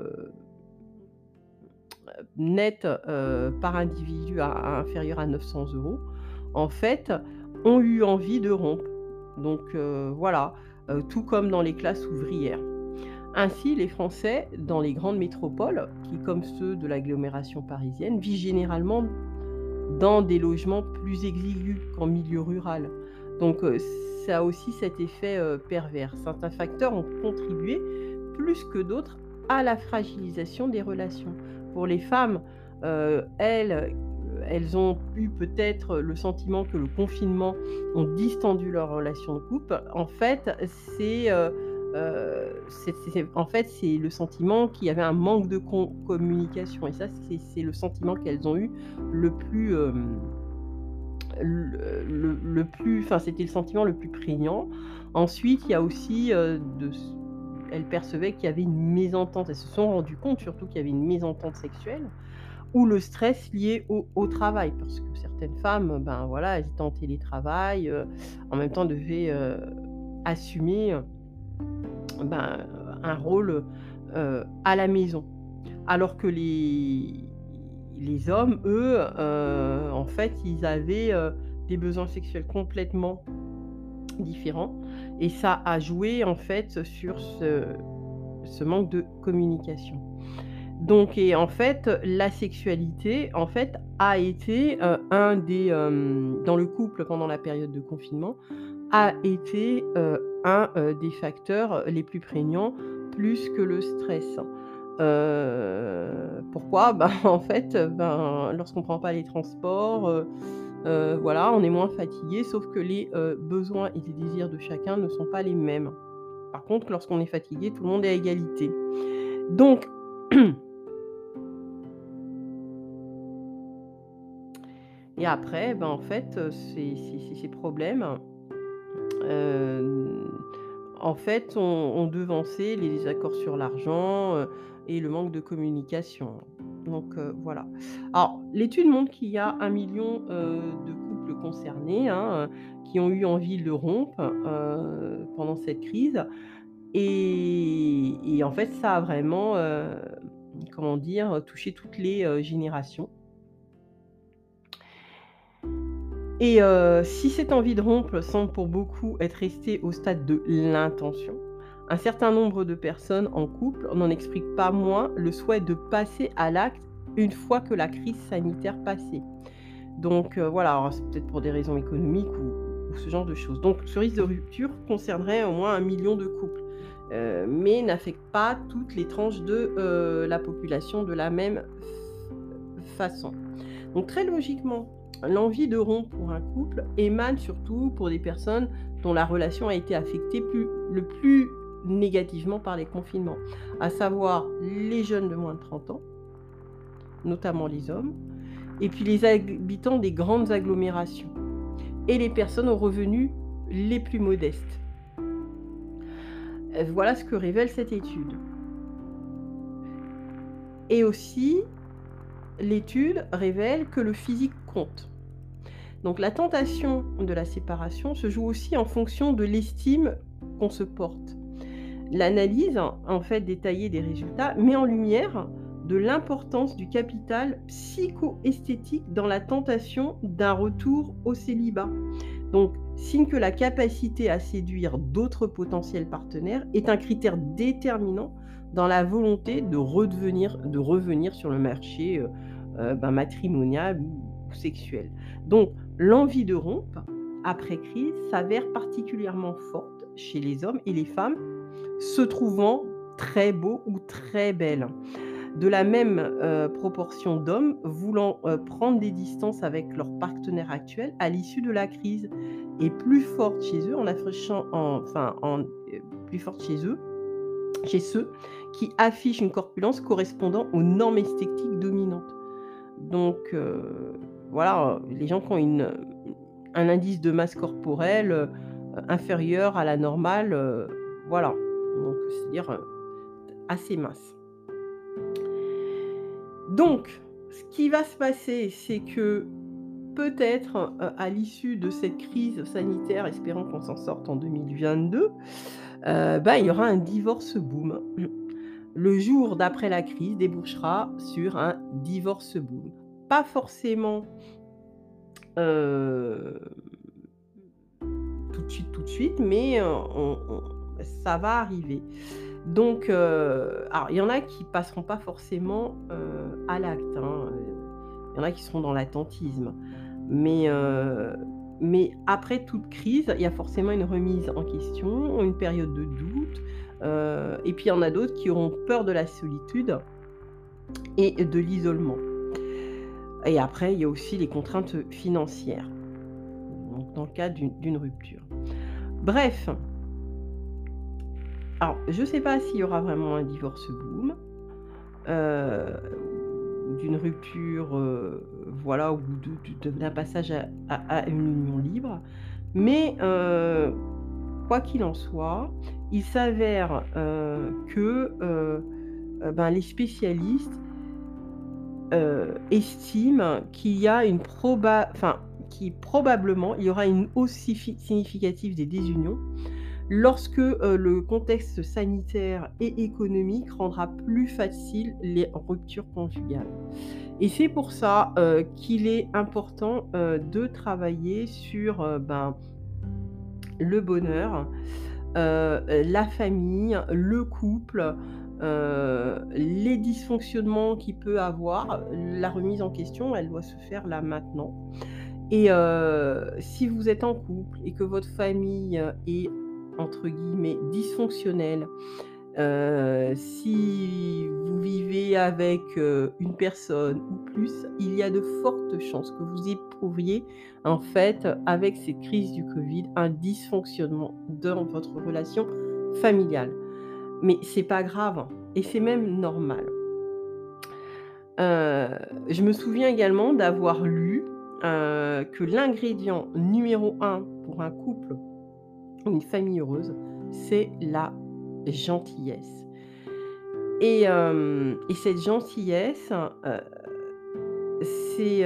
net, par individu inférieur à 900 €, en fait, ont eu envie de rompre. Donc voilà, tout comme dans les classes ouvrières. Ainsi, les Français dans les grandes métropoles, qui comme ceux de l'agglomération parisienne, vivent généralement dans des logements plus exigus qu'en milieu rural. Donc ça a aussi cet effet, pervers. Certains facteurs ont contribué plus que d'autres à la fragilisation des relations. Pour les femmes, elles ont eu peut-être le sentiment que le confinement ont distendu leurs relations de couple. En fait, c'est le sentiment qu'il y avait un manque de communication et ça, c'est le sentiment qu'elles ont eu le plus, le plus enfin, c'était le sentiment le plus prégnant. Ensuite, il y a aussi, elles percevaient qu'il y avait une mésentente. Elles se sont rendues compte surtout qu'il y avait une mésentente sexuelle ou le stress lié au travail. Parce que certaines femmes, ben, voilà, elles étaient en télétravail, en même temps devaient, assumer, ben, un rôle, à la maison. Alors que les hommes, eux, en fait, ils avaient, des besoins sexuels complètement différents et ça a joué, en fait, sur ce manque de communication. Donc et en fait, la sexualité, en fait, a été, un des, dans le couple pendant la période de confinement, a été, un, des facteurs les plus prégnants, plus que le stress. Pourquoi? Ben, en fait, ben, lorsqu'on prend pas les transports, voilà, on est moins fatigué, sauf que les, besoins et les désirs de chacun ne sont pas les mêmes. Par contre, lorsqu'on est fatigué, tout le monde est à égalité. Donc et après, ben, en fait, ces problèmes, hem, en fait, ont devancé les désaccords sur l'argent, et le manque de communication. Donc voilà. Alors, l'étude montre qu'il y a 1 million de couples concernés, hein, qui ont eu envie de rompre, pendant cette crise et en fait, ça a vraiment, comment dire? Touché toutes les, générations. Et si cette envie de rompre semble pour beaucoup être restée au stade de l'intention, Un certain nombre de personnes en couple n'en expliquent pas moins le souhait de passer à l'acte une fois que la crise sanitaire passée. Donc voilà, alors c'est peut-être pour des raisons économiques ou ce genre de choses. Donc ce risque de rupture concernerait au moins 1 million de couples, mais n'affecte pas toutes les tranches de, la population de la même façon. Donc très logiquement, l'envie de rompre pour un couple émane surtout pour des personnes dont la relation a été affectée le plus négativement par les confinements, à savoir les jeunes de moins de 30 ans, notamment les hommes, et puis les habitants des grandes agglomérations et les personnes aux revenus les plus modestes. Voilà ce que révèle cette étude. Et aussi, l'étude révèle que le physique compte. Donc la tentation de la séparation se joue aussi en fonction de l'estime qu'on se porte. L'analyse, en fait détaillée des résultats, met en lumière de l'importance du capital psycho-esthétique dans la tentation d'un retour au célibat. Donc, signe que la capacité à séduire d'autres potentiels partenaires est un critère déterminant dans la volonté de revenir sur le marché matrimonial ou sexuel. Donc, l'envie de rompre après crise s'avère particulièrement forte chez les hommes et les femmes se trouvant très beaux ou très belles. De la même proportion d'hommes voulant prendre des distances avec leur partenaire actuel à l'issue de la crise est plus forte chez eux plus forte chez ceux qui affichent une corpulence correspondant aux normes esthétiques dominantes. Donc voilà, les gens qui ont un indice de masse corporelle inférieur à la normale, voilà, donc c'est-à-dire assez mince. Donc, ce qui va se passer, c'est que peut-être, à l'issue de cette crise sanitaire, espérons qu'on s'en sorte en 2022, il y aura un divorce boom. Le jour d'après la crise débouchera sur un divorce boom. Pas forcément, heu, tout de suite, mais ça va arriver. Donc alors il y en a qui passeront pas forcément, à l'acte, hein, il y en a qui seront dans l'attentisme. Mais après toute crise, il y a forcément une remise en question, une période de doute, et puis il y en a d'autres qui auront peur de la solitude et de l'isolement. Et après, il y a aussi les contraintes financières, donc dans le cas d'une rupture. Bref, alors je sais pas s'il y aura vraiment un divorce boom, heu, d'une rupture, voilà, ou d'un passage à une union libre. Mais quoi qu'il en soit, il s'avère, les spécialistes, estiment qu'il y a probablement, il y aura une hausse significative des désunions lorsque, le contexte sanitaire et économique rendra plus facile les ruptures conjugales. Et c'est pour ça, qu'il est important, de travailler sur, le bonheur, la famille, le couple, les dysfonctionnements qu'il peut avoir. La remise en question, elle doit se faire là, maintenant. Et si vous êtes en couple et que votre famille est entre guillemets «dysfonctionnelle», si vous vivez avec, une personne ou plus, il y a de fortes chances que vous éprouviez, en fait, avec cette crise du covid, un dysfonctionnement dans votre relation familiale. Mais c'est pas grave et c'est même normal. Heu, je me souviens également d'avoir lu, que l'ingrédient numéro un pour un couple ou une famille heureuse, c'est la gentillesse. Et cette gentillesse, c'est,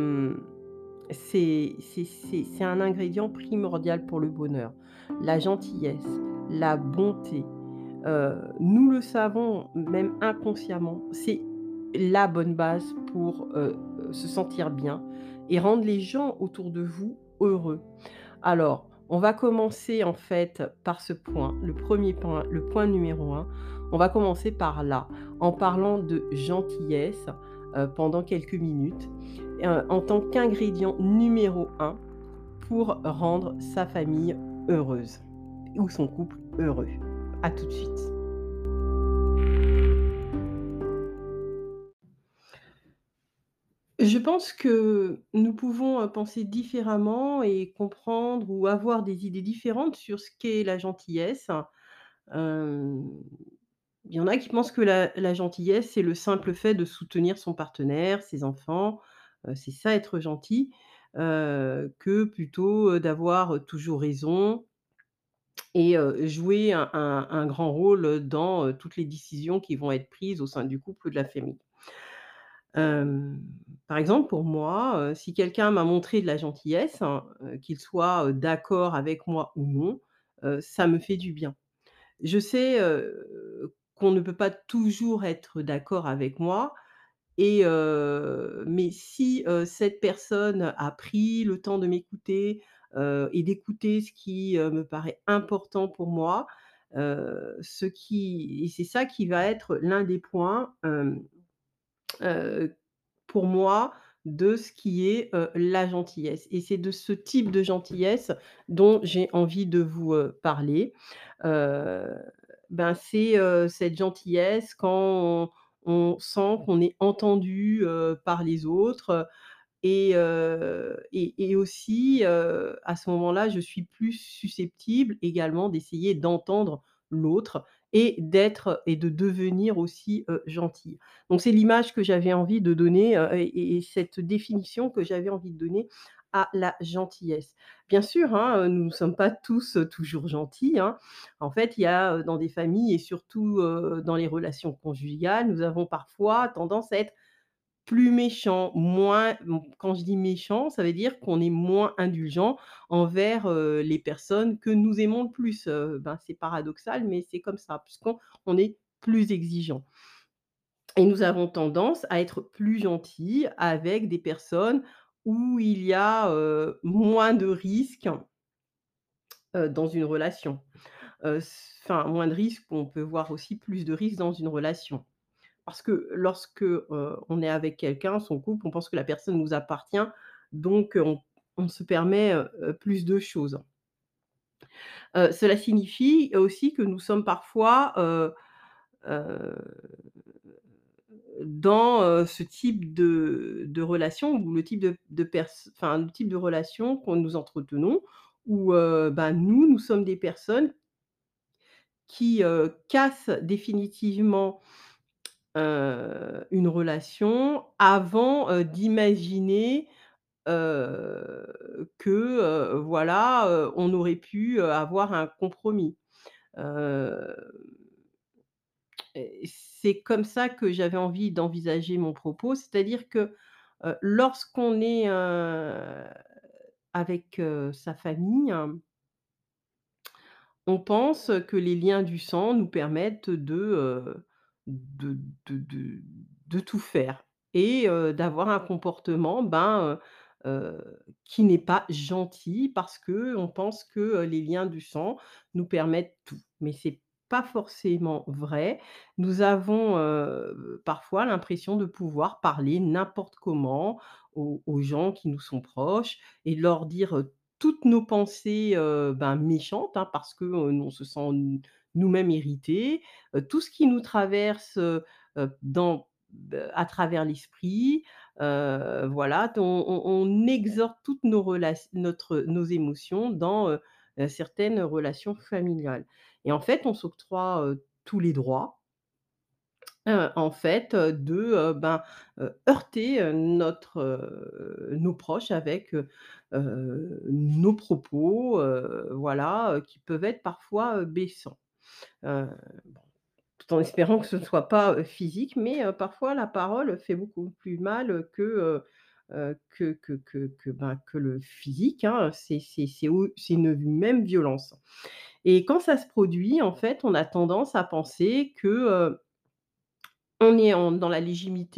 c'est un ingrédient primordial pour le bonheur. La gentillesse, la bonté, nous le savons même inconsciemment, c'est la bonne base pour, se sentir bien et rendre les gens autour de vous heureux. Alors, On va commencer en fait par ce point, le premier point, le point numéro un. On va commencer par là, en parlant de gentillesse, pendant quelques minutes, en tant qu'ingrédient numéro un pour rendre sa famille heureuse ou son couple heureux. À tout de suite. Je pense que nous pouvons, penser différemment et comprendre ou avoir des idées différentes sur ce qu'est la gentillesse. Hem, il y en a qui pensent que la gentillesse, c'est le simple fait de soutenir son partenaire, ses enfants, c'est ça être gentil, que plutôt, d'avoir, toujours raison et jouer un grand rôle dans, toutes les décisions qui vont être prises au sein du couple ou de la famille. Hem, Par exemple, pour moi, si quelqu'un m'a montré de la gentillesse, hein, qu'il soit, d'accord avec moi ou non, ça me fait du bien. Je sais, qu'on ne peut pas toujours être d'accord avec moi et mais si, cette personne a pris le temps de m'écouter, et d'écouter ce qui, me paraît important pour moi, ce qui et c'est ça qui va être l'un des points, heu, pour moi, de ce qui est, la gentillesse et c'est de ce type de gentillesse dont j'ai envie de vous, parler. Heu, c'est, cette gentillesse quand on sent qu'on est entendu, par les autres, et aussi, à ce moment-là, je suis plus susceptible également d'essayer d'entendre l'autre et d'être et de devenir aussi, gentille. Donc c'est l'image que j'avais envie de donner, et cette définition que j'avais envie de donner à la gentillesse. Bien sûr, hein, nous ne sommes pas tous, toujours gentils, hein. En fait, il y a, dans des familles et surtout, dans les relations conjugales, nous avons parfois tendance à être plus méchant, moins quand je dis méchant, ça veut dire qu'on est moins indulgent envers, les personnes que nous aimons le plus, c'est paradoxal, mais c'est comme ça, puisqu'on est plus exigeant et nous avons tendance à être plus gentils avec des personnes où il y a, moins de risques, dans une relation. Moins de risques, on peut voir aussi plus de risques dans une relation. Parce que lorsque, on est avec quelqu'un, son couple, on pense que la personne nous appartient, donc on se permet, plus de choses. Cela signifie aussi que nous sommes parfois, heu, dans, ce type de relation ou le type le type de relation que nous entretenons où, nous sommes des personnes qui, cassent définitivement une relation avant, d'imaginer, que, voilà, on aurait pu, avoir un compromis. Heu et c'est comme ça que j'avais envie d'envisager mon propos, c'est-à-dire que, lorsqu'on est, avec, sa famille, on pense que les liens du sang nous permettent de de de tout faire et d'avoir un comportement, qui n'est pas gentil parce qu'on pense que, les liens du sang nous permettent tout. Mais c'est pas forcément vrai. Nous avons, parfois l'impression de pouvoir parler n'importe comment aux gens qui nous sont proches et leur dire, toutes nos pensées, méchantes, hein, parce que, on se sent nous-mêmes irrités, tout ce qui nous traverse, à travers l'esprit, voilà, on exhorte toutes nos émotions dans, certaines relations familiales et en fait, on s'octroie, tous les droits, en fait, heurter, nos proches avec, nos propos, voilà, qui peuvent être parfois, blessants. Heu, Tout en espérant que ce ne soit pas, physique, mais parfois la parole fait beaucoup plus mal que le physique, hein. C'est une même violence et quand ça se produit, en fait, on a tendance à penser que, on est dans la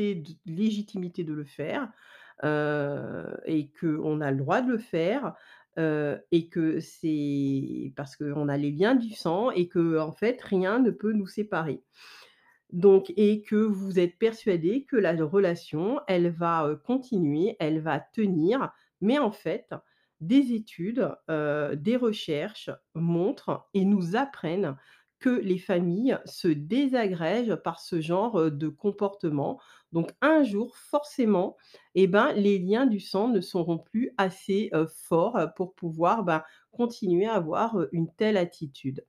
légitimité de le faire, et qu'on a le droit de le faire, et que c'est parce qu'on a les liens du sang et que en fait, rien ne peut nous séparer. Donc et que vous êtes persuadé que la relation, elle va, continuer, elle va tenir. Mais en fait, des études, des recherches montrent et nous apprennent que les familles se désagrègent par ce genre, de comportement. Donc un jour, forcément, et ben, les liens du sang ne seront plus assez, forts, pour pouvoir, ben, continuer à avoir, une telle attitude.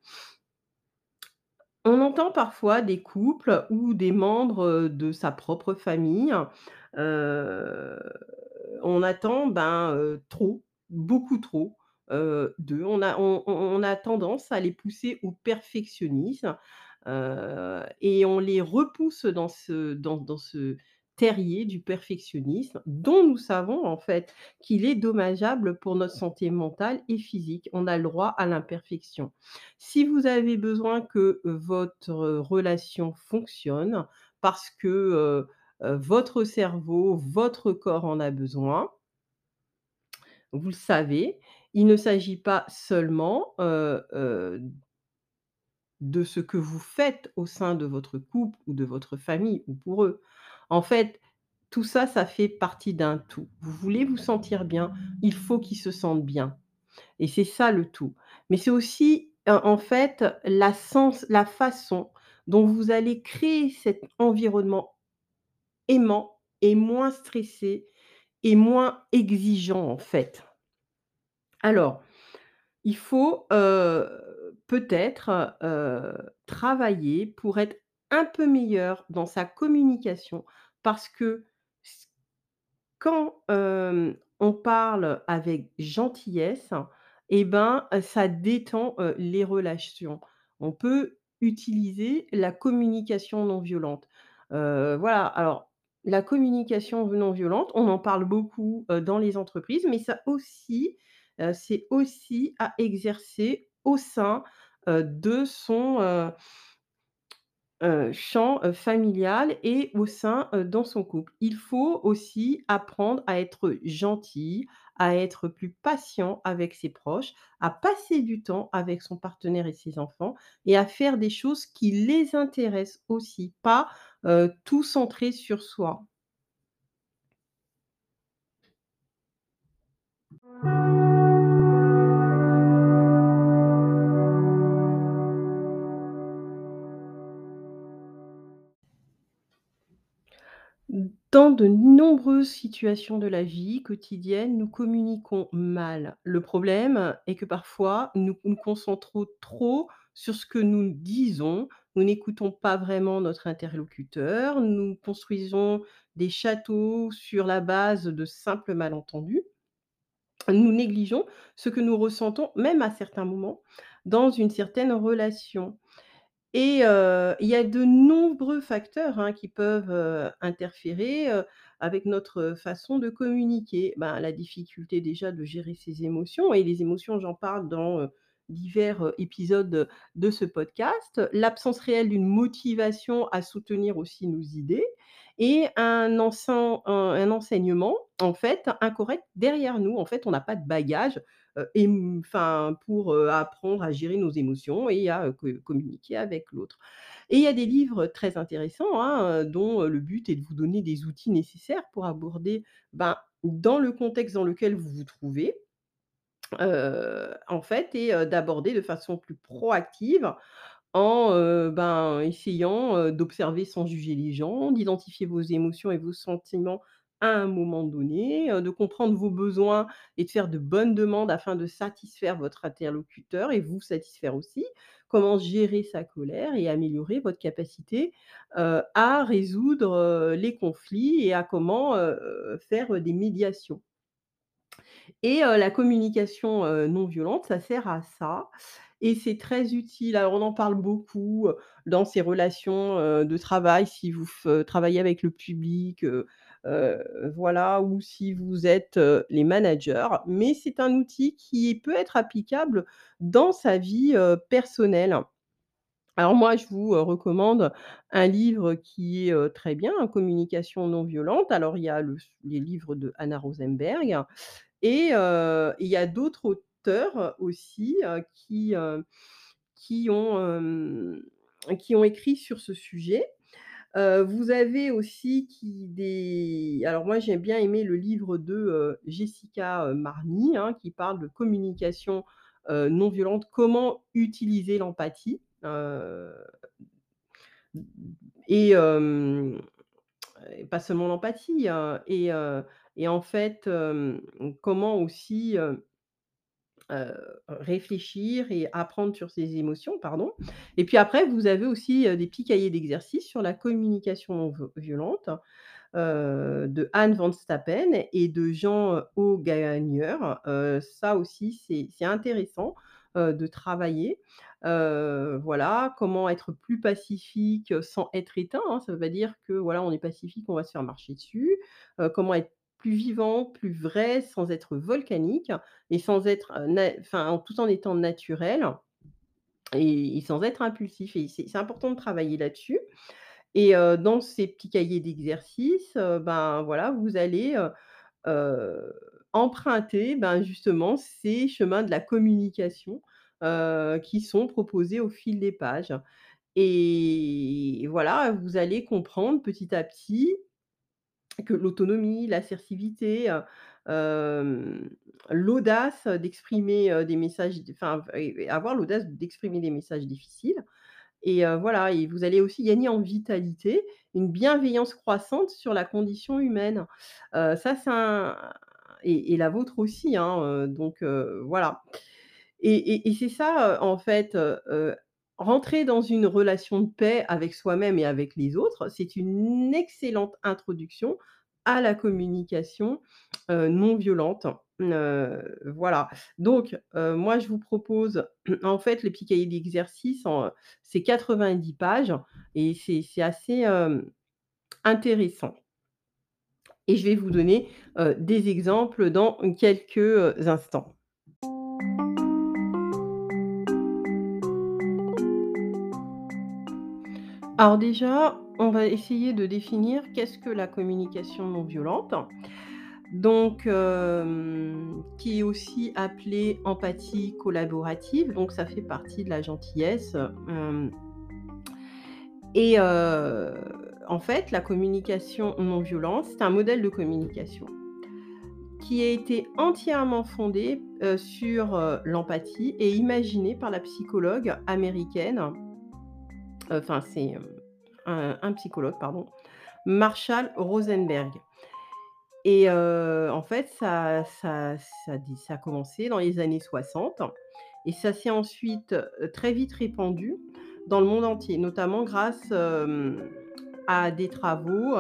On entend parfois des couples ou des membres, de sa propre famille, heu, on attend, ben, trop, beaucoup trop, d'eux. On a tendance à les pousser au perfectionnisme, et on les repousse dans ce terrier du perfectionnisme dont nous savons en fait qu'il est dommageable pour notre santé mentale et physique. On a le droit à l'imperfection. Si vous avez besoin que, votre relation fonctionne parce que, votre cerveau, votre corps en a besoin, vous le savez, il ne s'agit pas seulement, de ce que vous faites au sein de votre couple ou de votre famille ou pour eux. En fait, tout ça, ça fait partie d'un tout. Vous voulez vous sentir bien, il faut qu'ils se sentent bien et c'est ça le tout. Mais c'est aussi, en fait, la façon dont vous allez créer cet environnement aimant et moins stressé et moins exigeant, en fait. Alors, il faut, peut-être, travailler pour être un peu meilleur dans sa communication parce que s quand, on parle avec gentillesse et ben, ça détend, les relations. On peut utiliser la communication non violente. Voilà, alors la communication non violente, on en parle beaucoup, dans les entreprises, mais ça aussi, c'est aussi à exercer au sein, de son, champ, familial et au sein, dans son couple. Il faut aussi apprendre à être gentil, à être plus patient avec ses proches, à passer du temps avec son partenaire et ses enfants et à faire des choses qui les intéressent aussi, pas, tout centrer sur soi. Dans de nombreuses situations de la vie quotidienne, nous communiquons mal. Le problème est que parfois, nous nous concentrons trop sur ce que nous disons. Nous n'écoutons pas vraiment notre interlocuteur. Nous construisons des châteaux sur la base de simples malentendus. Nous négligeons ce que nous ressentons, même à certains moments, dans une certaine relation. Et il y a de nombreux facteurs, hein, qui peuvent, interférer, avec notre façon de communiquer. Ben, la difficulté déjà de gérer ses émotions et les émotions, j'en parle dans, divers, épisodes, de ce podcast. L'absence réelle d'une motivation à soutenir aussi nos idées et un enseignement, en fait, incorrect derrière nous. En fait, on n'a pas de bagage, enfin, pour, apprendre à gérer nos émotions et à, communiquer avec l'autre. Et il y a des livres très intéressants, hein, dont, le but est de vous donner des outils nécessaires pour aborder, ben, dans le contexte dans lequel vous vous trouvez, en fait et d'aborder de façon plus proactive en, ben, essayant, d'observer sans juger les gens, d'identifier vos émotions et vos sentiments à un moment donné, de comprendre vos besoins et de faire de bonnes demandes afin de satisfaire votre interlocuteur et vous satisfaire aussi. Comment gérer sa colère et améliorer votre capacité, à résoudre, les conflits et à comment, faire des médiations. Et la communication, non violente, ça sert à ça et c'est très utile. Alors on en parle beaucoup, dans ces relations, de travail si vous travaillez avec le public, voilà ou si vous êtes, les managers. Mais c'est un outil qui peut être applicable dans sa vie, personnelle. Alors moi, je vous, recommande un livre qui est, très bien, hein, Communication non violente. Alors il y a les livres de Anna Rosenberg et il y a d'autres auteurs aussi, qui ont, qui ont écrit sur ce sujet. Vous avez aussi alors moi j'ai bien aimé le livre de, Jessica, Marny, hein, qui parle de communication, non violente, comment utiliser l'empathie, et et pas seulement l'empathie, et en fait, comment aussi, réfléchir et apprendre sur ses émotions, pardon. Et puis après, vous avez aussi, des petits cahiers d'exercices sur la communication non violente, de Anne Van Stappen et de Jean, Augagner. Ça aussi, c'est intéressant, de travailler. Voilà, comment être plus pacifique, sans être éteint, hein. Ça veut pas dire que, voilà, on est pacifique, on va se faire marcher dessus. Comment être plus vivant, plus vrai, sans être volcanique et sans être, tout en étant naturel et sans être impulsif, et c'est important de travailler là-dessus. Et dans ces petits cahiers d'exercices, ben, voilà, vous allez, heu, emprunter, ben, justement ces chemins de la communication, qui sont proposés au fil des pages, et voilà, vous allez comprendre petit à petit que l'autonomie, l'assertivité, l'audace d'exprimer, des messages, et avoir l'audace d'exprimer des messages difficiles, et voilà, et vous allez aussi gagner en vitalité, une bienveillance croissante sur la condition humaine. Ça c'est un et la vôtre aussi, hein, donc voilà, et c'est ça, en fait, rentrer dans une relation de paix avec soi-même et avec les autres, c'est une excellente introduction à la communication, non violente. Voilà. Donc moi je vous propose en fait les petits cahiers d'exercices c'est 90 pages et c'est assez, intéressant, et je vais vous donner, des exemples dans quelques, instants. Alors déjà, on va essayer de définir qu'est-ce que la communication non violente. Donc, qui est aussi appelée empathie collaborative, donc ça fait partie de la gentillesse, et en fait, la communication non violente, c'est un modèle de communication qui a été entièrement fondé, sur, l'empathie et imaginé par la psychologue américaine, c'est, un psychologue, pardon, Marshall Rosenberg, et en fait, ça a commencé dans les années 60 et ça s'est ensuite, très vite répandu dans le monde entier, notamment grâce, à des travaux,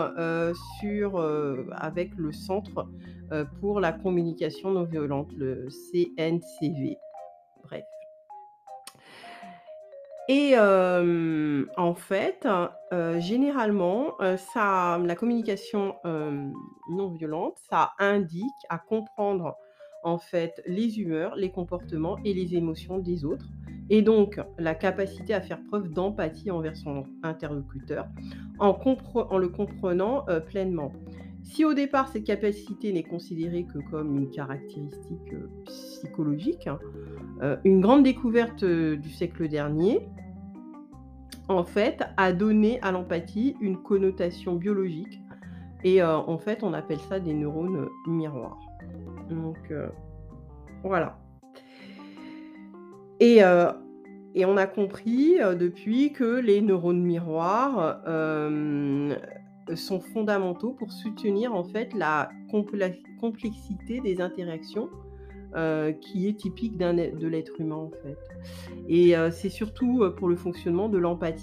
avec le Centre, pour la communication non violente, le CNCV, bref. Et en fait, généralement, la communication, non violente, ça indique à comprendre, en fait, les humeurs, les comportements et les émotions des autres, et donc la capacité à faire preuve d'empathie envers son interlocuteur en le comprenant, pleinement. Si au départ cette capacité n'est considérée que comme une caractéristique, psychologique, hein, une grande découverte, du siècle dernier, en fait, a donné à l'empathie une connotation biologique, et en fait, on appelle ça des neurones, miroirs. Donc voilà, et on a compris, depuis que les neurones miroirs, sont fondamentaux pour soutenir, en fait, la complexité des interactions, qui est typique de l'être humain, en fait, et c'est surtout, pour le fonctionnement de l'empathie.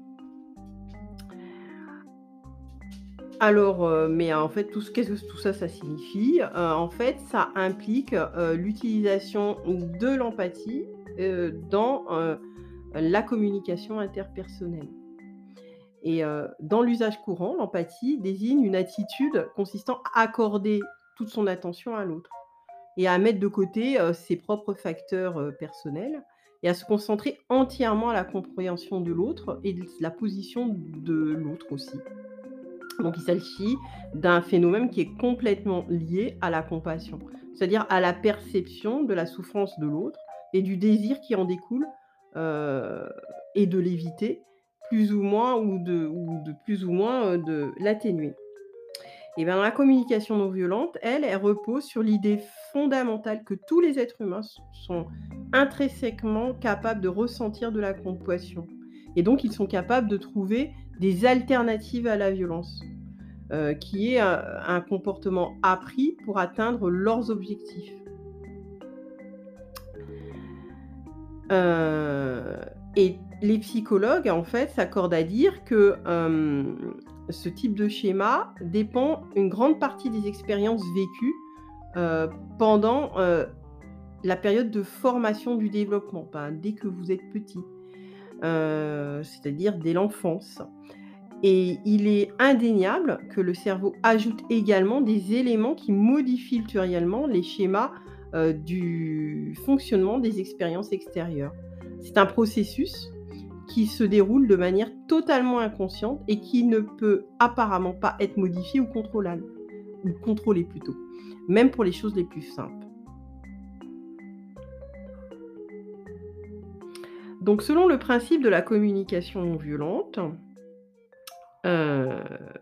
Alors, mais en fait, qu'est-ce que tout ça, ça signifie? En fait, ça implique, l'utilisation de l'empathie, dans, la communication interpersonnelle, et dans l'usage courant, l'empathie désigne une attitude consistant à accorder toute son attention à l'autre et à mettre de côté, ses propres facteurs, personnels, et à se concentrer entièrement à la compréhension de l'autre et de la position de l'autre aussi. Donc il s'agit d'un phénomène qui est complètement lié à la compassion, c'est-à-dire à la perception de la souffrance de l'autre et du désir qui en découle, heu et de l'éviter plus ou moins ou de plus ou moins, de l'atténuer. Et bien, dans la communication non violente, elle repose sur l'idée fondamentale que tous les êtres humains sont intrinsèquement capables de ressentir de la compassion et donc ils sont capables de trouver des alternatives à la violence, qui est un comportement appris pour atteindre leurs objectifs. Heu et les psychologues, en fait, s'accordent à dire que, ce type de schéma dépend une grande partie des expériences vécues, pendant, la période de formation du développement, ben, dès que vous êtes petit, c'est-à-dire dès l'enfance. Et il est indéniable que le cerveau ajoute également des éléments qui modifient ultérieurement les schémas, du fonctionnement des expériences extérieures. C'est un processus qui se déroule de manière totalement inconsciente et qui ne peut apparemment pas être modifié ou contrôlable, ou contrôlé plutôt, même pour les choses les plus simples. Donc selon le principe de la communication non violente, heu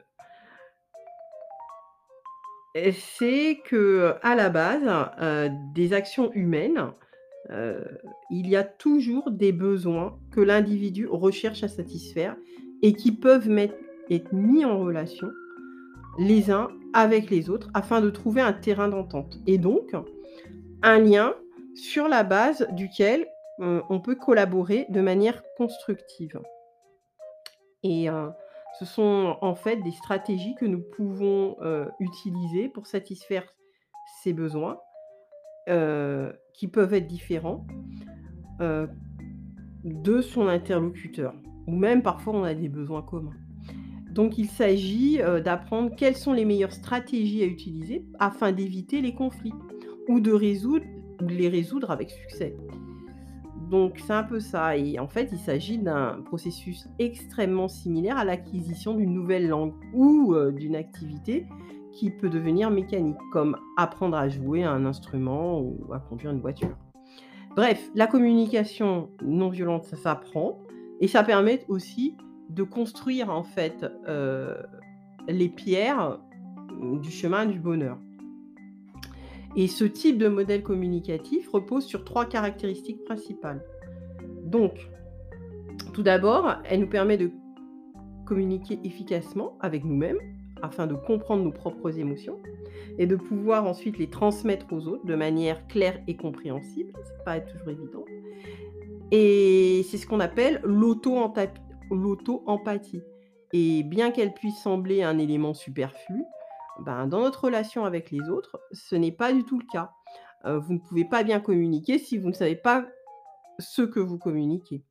c'est que à la base, des actions humaines, heu, il y a toujours des besoins que l'individu recherche à satisfaire et qui peuvent être mis en relation les uns avec les autres afin de trouver un terrain d'entente et donc un lien sur la base duquel, on peut collaborer de manière constructive. Et ce sont en fait des stratégies que nous pouvons, utiliser pour satisfaire ces besoins, qui peuvent être différents, heu, de son interlocuteur ou même parfois on a des besoins communs. Donc il s'agit, d'apprendre quelles sont les meilleures stratégies à utiliser afin d'éviter les conflits ou de les résoudre avec succès. Donc c'est un peu ça et en fait, il s'agit d'un processus extrêmement similaire à l'acquisition d'une nouvelle langue ou, d'une activité qui peut devenir mécanique, comme apprendre à jouer à un instrument ou à conduire une voiture. Bref, la communication non violente, ça s'apprend et ça permet aussi de construire en fait, les pierres, du chemin du bonheur. Et ce type de modèle communicatif repose sur 3 caractéristiques principales. Donc tout d'abord, elle nous permet de communiquer efficacement avec nous-mêmes, afin de comprendre nos propres émotions et de pouvoir ensuite les transmettre aux autres de manière claire et compréhensible. C'est pas toujours évident et c'est ce qu'on appelle l'auto-empathie et bien qu'elle puisse sembler un élément superflu, ben, dans notre relation avec les autres, ce n'est pas du tout le cas. Vous ne pouvez pas bien communiquer si vous ne savez pas ce que vous communiquez.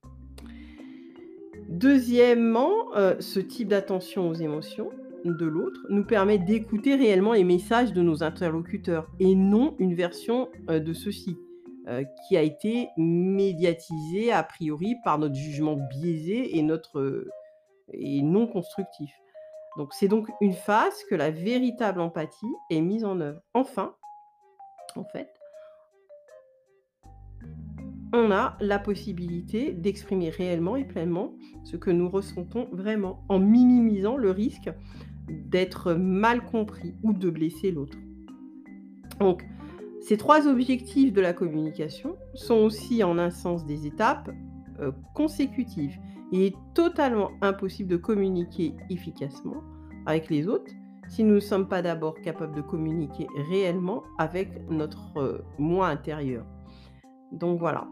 Deuxièmement, ce type d'attention aux émotions de l'autre nous permet d'écouter réellement les messages de nos interlocuteurs et non une version, de ceux-ci, qui a été médiatisée a priori par notre jugement biaisé et et non constructif. Donc c'est donc une phase que la véritable empathie est mise en œuvre. Enfin, en fait, on a la possibilité d'exprimer réellement et pleinement ce que nous ressentons vraiment, en minimisant le risque d'être mal compris ou de blesser l'autre. Donc, ces 3 objectifs de la communication sont aussi en un sens des étapes, consécutives. Il est totalement impossible de communiquer efficacement avec les autres si nous ne sommes pas d'abord capables de communiquer réellement avec notre, moi intérieur. Donc voilà.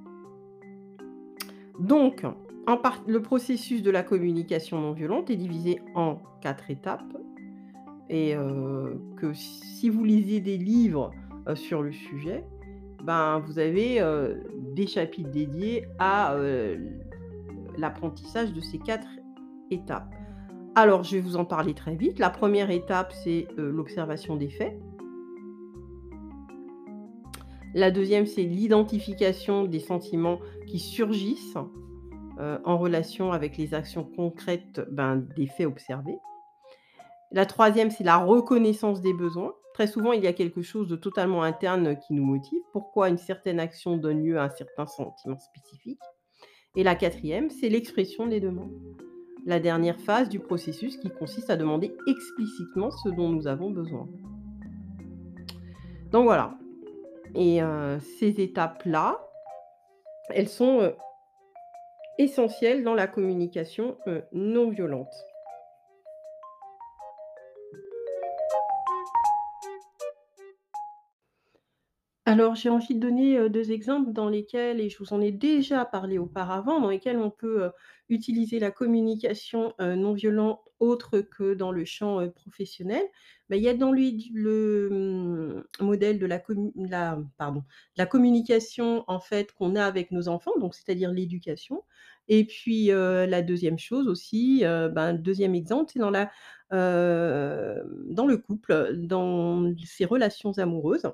Donc, le processus de la communication non violente est divisé en 4 étapes et que si vous lisez des livres, sur le sujet, ben, vous avez, des chapitres dédiés à, l'apprentissage de ces 4 étapes. Alors, je vais vous en parler très vite. La première étape, c'est, l'observation des faits. La deuxième, c'est l'identification des sentiments qui surgissent, en relation avec les actions concrètes, ben, des faits observés. La troisième, c'est la reconnaissance des besoins. Très souvent, il y a quelque chose de totalement interne qui nous motive. Pourquoi une certaine action donne lieu à un certain sentiment spécifique. Et la quatrième, c'est l'expression des demandes. La dernière phase du processus qui consiste à demander explicitement ce dont nous avons besoin. Donc voilà. Et ces étapes-là, elles sont essentielles dans la communication non violente. Alors, j'ai envie de donner, 2 exemples dans lesquels et je vous en ai déjà parlé auparavant, dans lesquels on peut, utiliser la communication, non violente autre que dans le champ, professionnel. Bah, il y a dans modèle de la communication, en fait, qu'on a avec nos enfants, donc c'est-à-dire l'éducation et puis, la deuxième chose aussi, ben, 2e exemple, c'est dans le couple, dans ses relations amoureuses.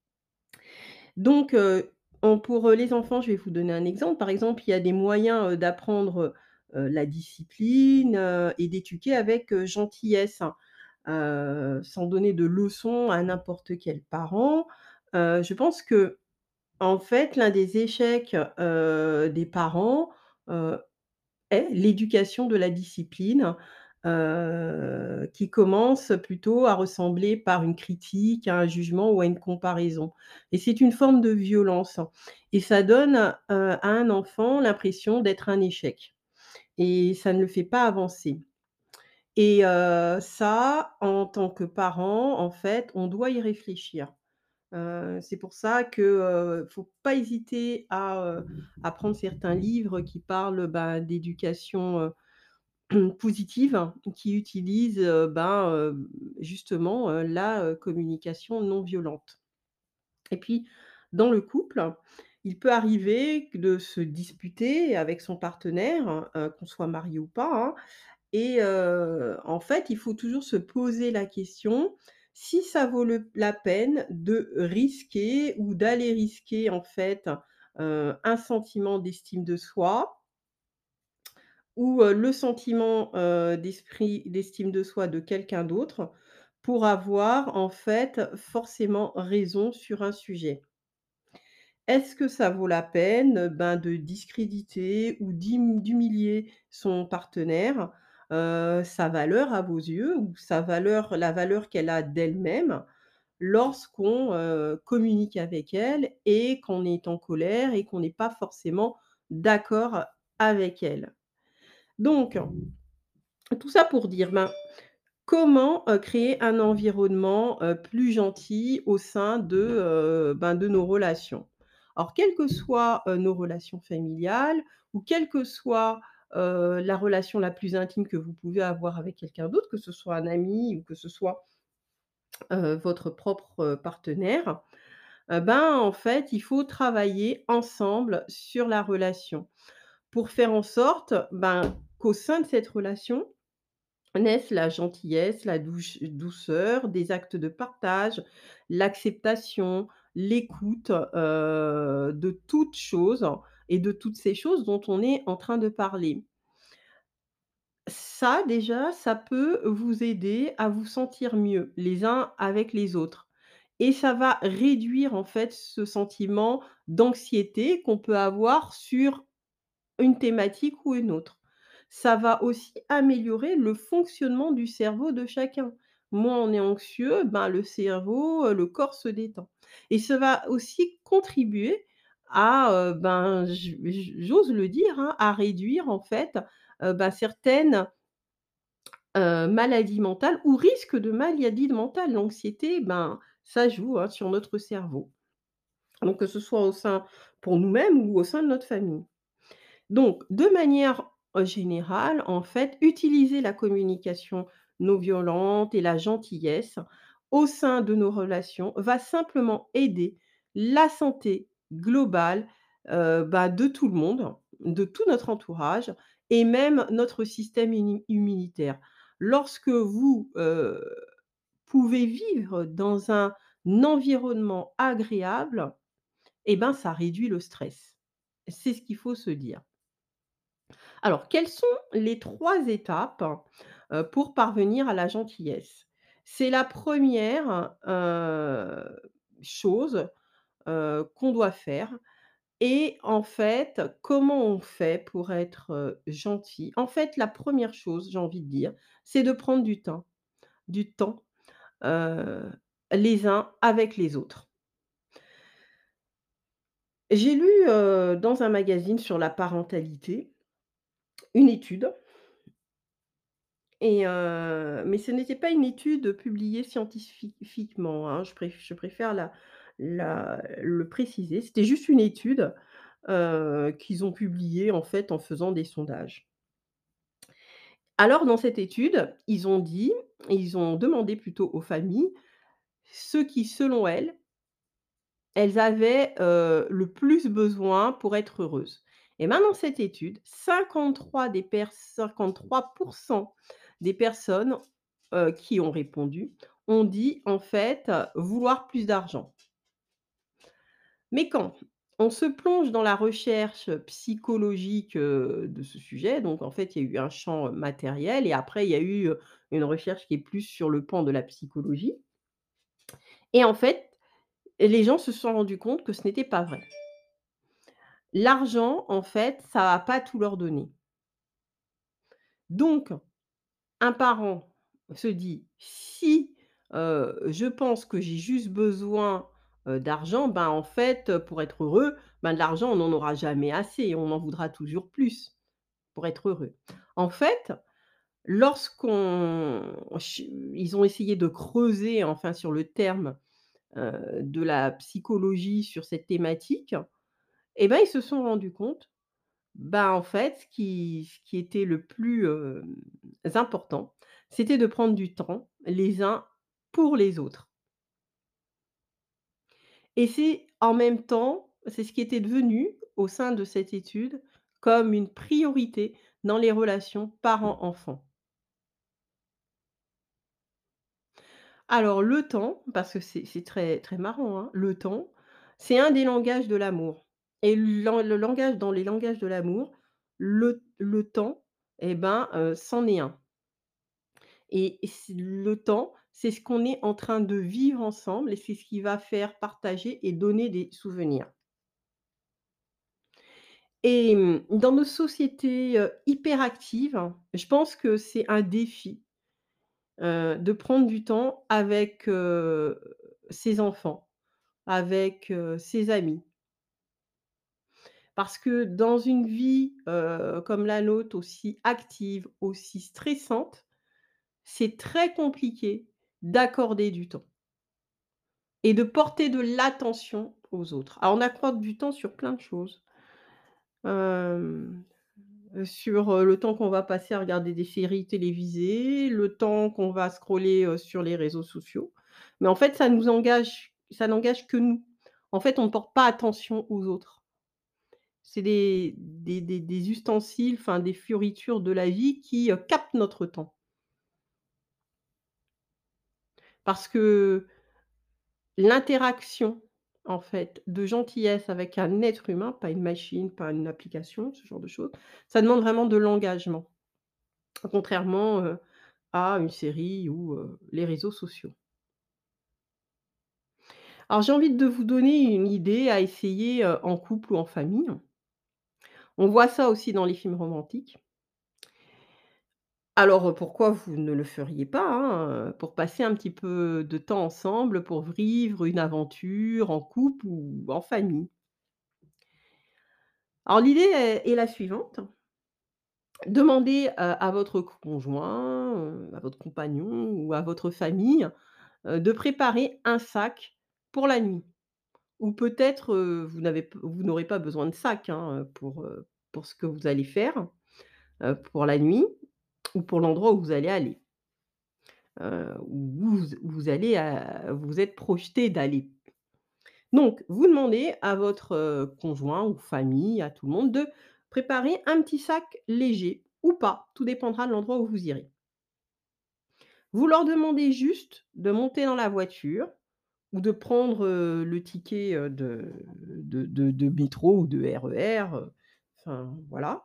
Donc, pour, les enfants, je vais vous donner un exemple. Par exemple, il y a des moyens, d'apprendre, la discipline, et d'éduquer avec, gentillesse, hein, sans donner de leçons à n'importe quel parent. Je pense qu'en fait, l'un des échecs, des parents, heu, est l'éducation de la discipline, qui commence plutôt à ressembler par une critique, à un jugement ou à une comparaison et c'est une forme de violence et ça donne, à un enfant l'impression d'être un échec et ça ne le fait pas avancer et ça, en tant que parent, en fait, on doit y réfléchir. C'est pour ça que, faut pas hésiter à prendre certains livres qui parlent, bah, d'éducation, positive qui utilisent, justement, la, communication non violente. Et puis, dans le couple, il peut arriver de se disputer avec son partenaire, qu'on soit marié ou pas, hein et en fait, il faut toujours se poser la question si ça vaut la peine de risquer ou d'aller risquer, en fait, un sentiment d'estime de soi ou le sentiment, d'estime de soi de quelqu'un d'autre pour avoir, en fait, forcément raison sur un sujet. Est-ce que ça vaut la peine, ben, de discréditer ou d'humilier son partenaire, sa valeur à vos yeux ou la valeur qu'elle a d'elle-même lorsqu'on, communique avec elle et qu'on est en colère et qu'on n'est pas forcément d'accord avec elle? Donc tout ça pour dire, ben, comment, créer un environnement, plus gentil au sein de nos relations? Alors quelles que soient, nos relations familiales ou quelle que soit, la relation la plus intime que vous pouvez avoir avec quelqu'un d'autre, que ce soit un ami ou que ce soit, votre propre, partenaire, ben, en fait, il faut travailler ensemble sur la relation pour faire en sorte, ben, qu'au sein de cette relation, naissent la gentillesse, la douceur, des actes de partage, l'acceptation, l'écoute, de toutes choses et de toutes ces choses dont on est en train de parler. Ça déjà, ça peut vous aider à vous sentir mieux les uns avec les autres et ça va réduire en fait ce sentiment d'anxiété qu'on peut avoir sur une thématique ou une autre. Ça va aussi améliorer le fonctionnement du cerveau de chacun. Moins on est anxieux, ben, le cerveau, le corps se détend et ça va aussi contribuer à, ben, j'ose le dire, hein, à réduire en fait, certaines, maladies mentales ou risques de maladies mentales. L'anxiété, ben, ça joue, hein, sur notre cerveau. Donc que ce soit au sein pour nous-mêmes ou au sein de notre famille. Donc, de manière, générale, en fait, utiliser la communication non violente et la gentillesse au sein de nos relations va simplement aider la santé globale, de tout le monde, de tout notre entourage et même notre système immunitaire. Lorsque vous, pouvez vivre dans un environnement agréable, et ben, ça réduit le stress. C'est ce qu'il faut se dire. Alors, quelles sont les 3 étapes, pour parvenir à la gentillesse? C'est la première chose, qu'on doit faire et en fait, comment on fait pour être, gentil? En fait, la première chose, j'ai envie de dire, c'est de prendre du temps, heu, les uns avec les autres. J'ai lu, dans un magazine sur la parentalité, une étude et mais ce n'était pas une étude publiée scientifiquement, hein, je préfère le préciser. C'était juste une étude, qu'ils ont publiée, en fait, en faisant des sondages. Alors dans cette étude, ils ont demandé plutôt aux familles ce qui, selon elles avaient, le plus besoin pour être heureuses. Et ben, dans cette étude, 53 des personnes, qui ont répondu, ont dit en fait, vouloir plus d'argent. Mais quand on se plonge dans la recherche psychologique, de ce sujet, donc en fait, il y a eu un champ, matériel et après il y a eu, une recherche qui est plus sur le pan de la psychologie et en fait, les gens se sont rendus compte que ce n'était pas vrai. L'argent, en fait, ça va pas tout leur donner. Donc un parent se dit: «Si, je pense que j'ai juste besoin, d'argent, ben, en fait, pour être heureux, ben, de l'argent, on n'en aura jamais assez, on en voudra toujours plus pour être heureux». En fait, lorsqu'on ch ils ont essayé de creuser, enfin, sur le terme, de la psychologie sur cette thématique et ben, ils se sont rendus compte, bah, en fait, ce qui était le plus, important, c'était de prendre du temps les uns pour les autres et c'est en même temps, c'est ce qui était devenu, au sein de cette étude, comme une priorité dans les relations parents-enfants. Alors le temps, parce que c'est très très marrant, hein, le temps, c'est un des langages de l'amour et le langage dans les langages de l'amour, le temps et ben, c'en est un. Et c le temps, c'est ce qu'on est en train de vivre ensemble et c'est ce qui va faire partager et donner des souvenirs. Et dans nos sociétés, hyperactives, je pense que c'est un défi, de prendre du temps avec, ses enfants, avec, ses amis. Parce que dans une vie, comme la nôtre, aussi active, aussi stressante, c'est très compliqué d'accorder du temps. Et de porter de l'attention aux autres. Alors on accorde du temps sur plein de choses, hem, sur, le temps qu'on va passer à regarder des séries télévisées, le temps qu'on va scroller, sur les réseaux sociaux. Mais en fait, ça n'engage que nous. En fait, on ne porte pas attention aux autres. C'est des ustensiles, enfin des fioritures de la vie qui, captent notre temps. Parce que l'interaction, en fait, de gentillesse avec un être humain, pas une machine, pas une application, ce genre de choses, ça demande vraiment de l'engagement, contrairement, à une série ou, les réseaux sociaux. Alors j'ai envie de vous donner une idée à essayer, en couple ou en famille. On voit ça aussi dans les films romantiques. Alors, pourquoi vous ne le feriez pas, hein, pour passer un petit peu de temps ensemble, pour vivre une aventure en couple ou en famille. Alors l'idée est la suivante. Demandez, à votre conjoint, à votre compagnon ou à votre famille, de préparer un sac pour la nuit. Ou peut-être, vous n'aurez pas besoin de sac, hein, pour ce que vous allez faire, pour la nuit ou pour l'endroit où vous allez aller, où vous allez, vous êtes projeté d'aller. Donc vous demandez à votre, conjoint ou famille, à tout le monde, de préparer un petit sac léger ou pas, tout dépendra de l'endroit où vous irez. Vous leur demandez juste de monter dans la voiture, ou de prendre, le ticket, de métro ou de RER, enfin voilà,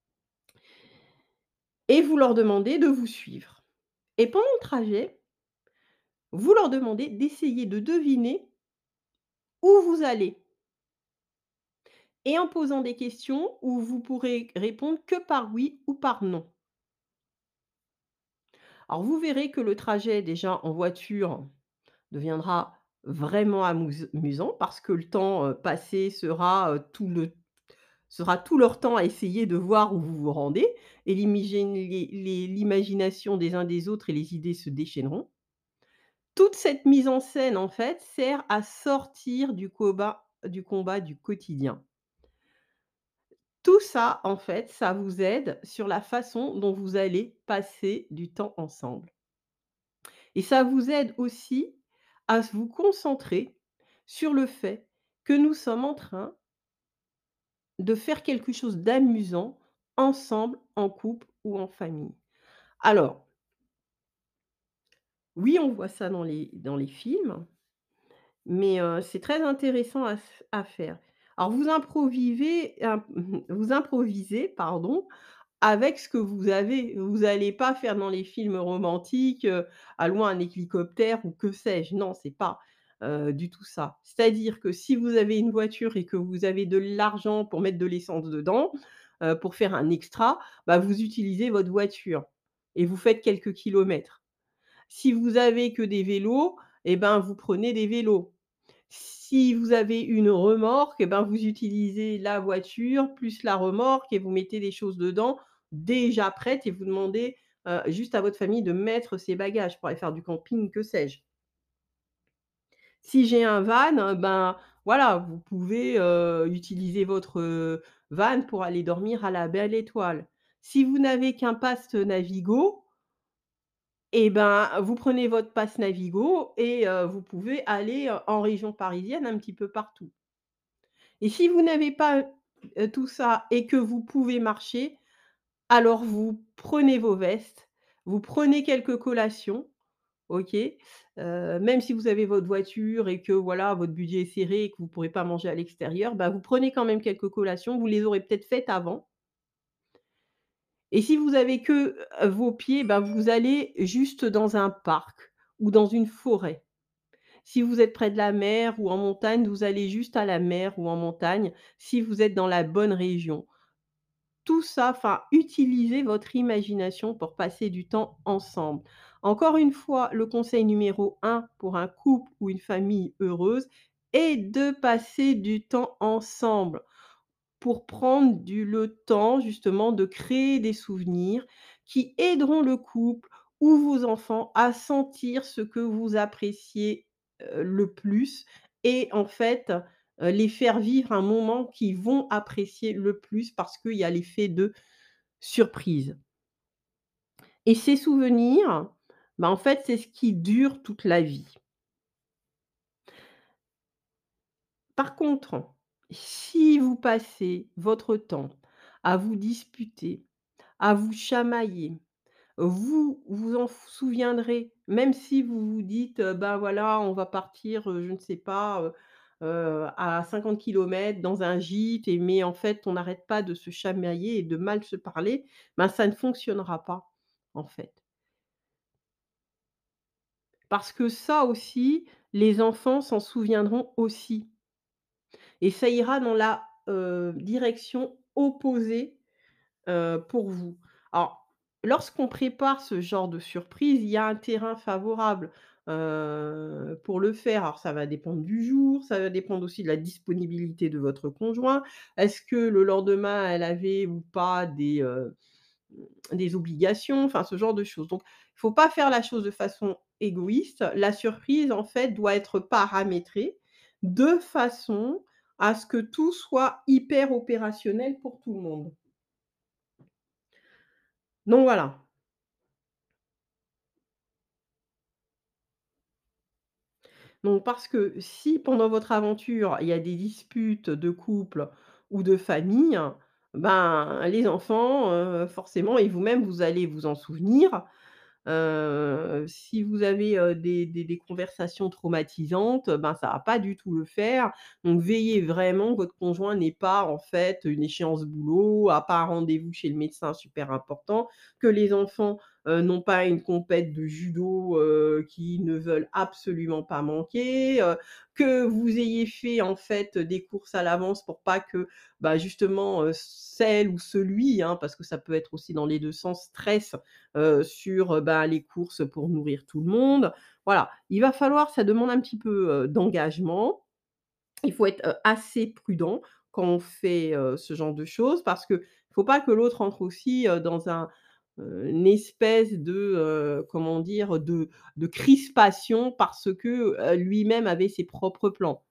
et vous leur demandez de vous suivre, et pendant le trajet, vous leur demandez d'essayer de deviner où vous allez, et en posant des questions où vous pourrez répondre que par oui ou par non. Alors vous verrez que le trajet déjà en voiture deviendra vraiment amusant parce que le temps, passé sera tout leur temps à essayer de voir où vous vous rendez, et l'imagination des uns des autres et les idées se déchaîneront. Toute cette mise en scène, en fait, sert à sortir du combat du quotidien. Tout ça, en fait, ça vous aide sur la façon dont vous allez passer du temps ensemble, et ça vous aide aussi à vous concentrer sur le fait que nous sommes en train de faire quelque chose d'amusant ensemble, en couple ou en famille. Alors, oui, on voit ça dans les films, mais c'est très intéressant à faire. Alors vous improvisez, pardon, avec ce que vous avez. Vous allez pas faire dans les films romantiques, «Allons un hélicoptère» ou que sais-je. Non, c'est pas, du tout ça. C'est-à-dire que si vous avez une voiture et que vous avez de l'argent pour mettre de l'essence dedans, pour faire un extra, bah, vous utilisez votre voiture et vous faites quelques kilomètres. Si vous avez que des vélos, et ben, vous prenez des vélos. Si vous avez une remorque, et ben, vous utilisez la voiture plus la remorque et vous mettez des choses dedans déjà prêtes, et vous demandez, juste à votre famille de mettre ses bagages pour aller faire du camping, que sais-je. Si j'ai un van, ben, voilà, vous pouvez, utiliser votre, van pour aller dormir à la belle étoile. Si vous n'avez qu'un pass Navigo, et ben, vous prenez votre pass Navigo et vous pouvez aller, en région parisienne un petit peu partout. Et si vous n'avez pas, tout ça et que vous pouvez marcher, alors vous prenez vos vestes, vous prenez quelques collations, OK? Même si vous avez votre voiture et que voilà, votre budget est serré et que vous ne pourrez pas manger à l'extérieur, bah, vous prenez quand même quelques collations, vous les aurez peut-être faites avant, et si vous avez que, vos pieds, bah, vous allez juste dans un parc ou dans une forêt. Si vous êtes près de la mer ou en montagne, vous allez juste à la mer ou en montagne, si vous êtes dans la bonne région. Tout ça, enfin, utilisez votre imagination pour passer du temps ensemble. Encore une fois, le conseil numéro un pour un couple ou une famille heureuse est de passer du temps ensemble, pour prendre le temps justement de créer des souvenirs qui aideront le couple ou vos enfants à sentir ce que vous appréciez, le plus, et en fait, les faire vivre un moment qu'ils vont apprécier le plus parce qu'il y a l'effet de surprise, et ces souvenirs, bah, en fait, c'est ce qui dure toute la vie. Par contre, si vous passez votre temps à vous disputer, à vous chamailler, vous vous en souviendrez, même si vous vous dites, «Bah, voilà, on va partir, je ne sais pas, à 50 kilomètres dans un gîte», mais en fait, on n'arrête pas de se chamailler et de mal se parler, ben, ça ne fonctionnera pas, en fait. Parce que ça aussi, les enfants s'en souviendront aussi, et ça ira dans la, direction opposée, pour vous. Alors, lorsqu'on prépare ce genre de surprise, il y a un terrain favorable, pour le faire. Alors ça va dépendre du jour, ça va dépendre aussi de la disponibilité de votre conjoint. Est-ce que le lendemain, elle avait ou pas des obligations? Enfin, ce genre de choses. Donc, il faut pas faire la chose de façon égoïste. La surprise, en fait, doit être paramétrée de façon à ce que tout soit hyper opérationnel pour tout le monde. Donc voilà. Donc parce que si pendant votre aventure, il y a des disputes de couple ou de famille, ben, les enfants, forcément, et vous-même, vous allez vous en souvenir. Si vous avez, des conversations traumatisantes, ben, ça va pas du tout le faire. Donc veillez vraiment que votre conjoint n'ait pas, en fait, une échéance boulot, a pas un rendez-vous chez le médecin super important, que les enfants, n'ont pas une compète de judo, qu'ils ne veulent absolument pas manquer, que vous ayez fait, en fait, des courses à l'avance pour pas que, bah, justement, celle ou celui, hein, parce que ça peut être aussi dans les 2 sens, stresse, sur, bah, les courses pour nourrir tout le monde. Voilà, il va falloir ça demande un petit peu, d'engagement. Il faut être, assez prudent quand on fait, ce genre de choses parce qu'il faut pas que l'autre entre aussi, dans une espèce de, comment dire? De crispation parce que, lui-même avait ses propres plans.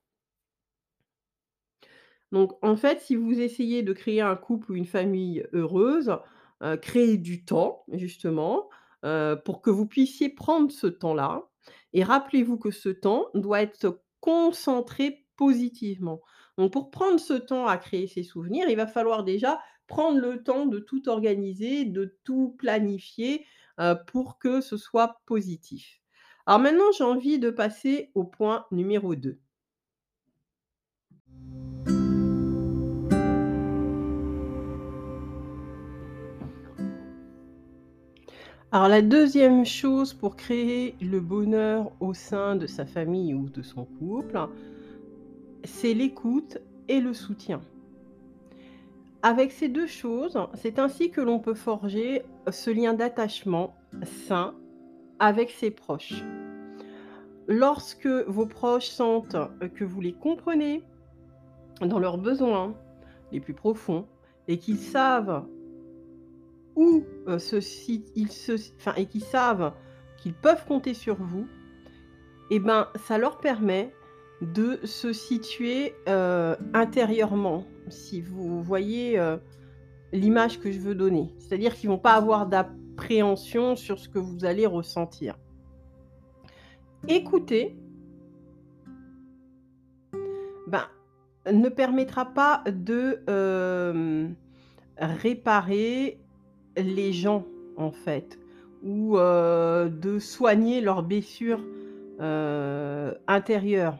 Donc en fait, si vous essayez de créer un couple ou une famille heureuse, créez du temps justement, pour que vous puissiez prendre ce temps-là et rappelez-vous que ce temps doit être concentré positivement. Donc pour prendre ce temps à créer ces souvenirs, il va falloir déjà prendre le temps de tout organiser, de tout planifier, pour que ce soit positif. Alors maintenant, j'ai envie de passer au point numéro 2. Alors la deuxième chose pour créer le bonheur au sein de sa famille ou de son couple, c'est l'écoute et le soutien. Avec ces 2 choses, c'est ainsi que l'on peut forger ce lien d'attachement sain avec ses proches. Lorsque vos proches sentent, que vous les comprenez dans leurs besoins les plus profonds et qu'ils savent où, et qu'ils savent qu'ils peuvent compter sur vous. Et ben, ça leur permet de se situer, intérieurement, si vous voyez, l'image que je veux donner. C'est-à-dire qu'ils vont pas avoir d'appréhension sur ce que vous allez ressentir. Écouter, ben, ne permettra pas de, réparer les gens, en fait, ou, de soigner leurs blessures, intérieures.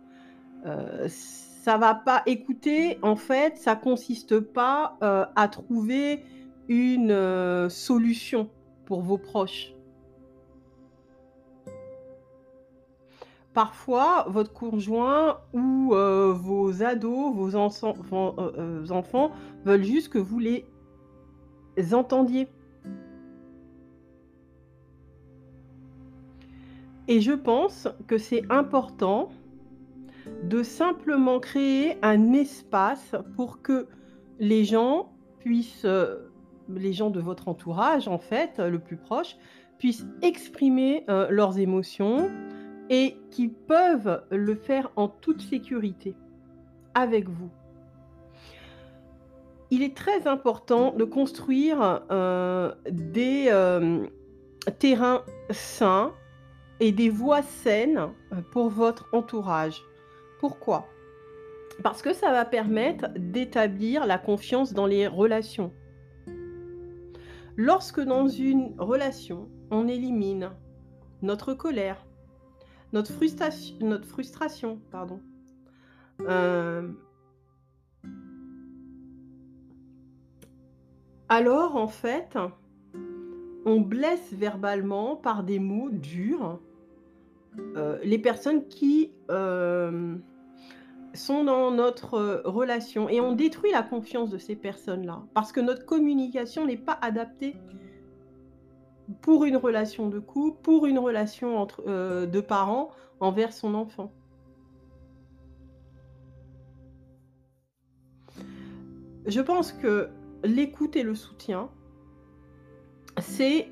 Ça va pas écouter, en fait, ça consiste pas, à trouver une, solution pour vos proches. Parfois, votre conjoint ou, vos ados, enfants veulent juste que vous les entendiez et je pense que c'est important de simplement créer un espace pour que les gens puissent, les gens de votre entourage en fait, le plus proche, puissent exprimer, leurs émotions et qu'ils peuvent le faire en toute sécurité avec vous. Il est très important de construire, des, terrains sains et des voies saines, pour votre entourage. Pourquoi? Parce que ça va permettre d'établir la confiance dans les relations. Lorsque dans une relation, on élimine notre colère, notre frustration, pardon, hem, alors en fait, on blesse verbalement par des mots durs, les personnes qui, sont dans notre, relation et on détruit la confiance de ces personnes-là. Parce que notre communication n'est pas adaptée pour une relation de couple, pour une relation entre, de parents envers son enfant. Je pense que l'écoute et le soutien, c'est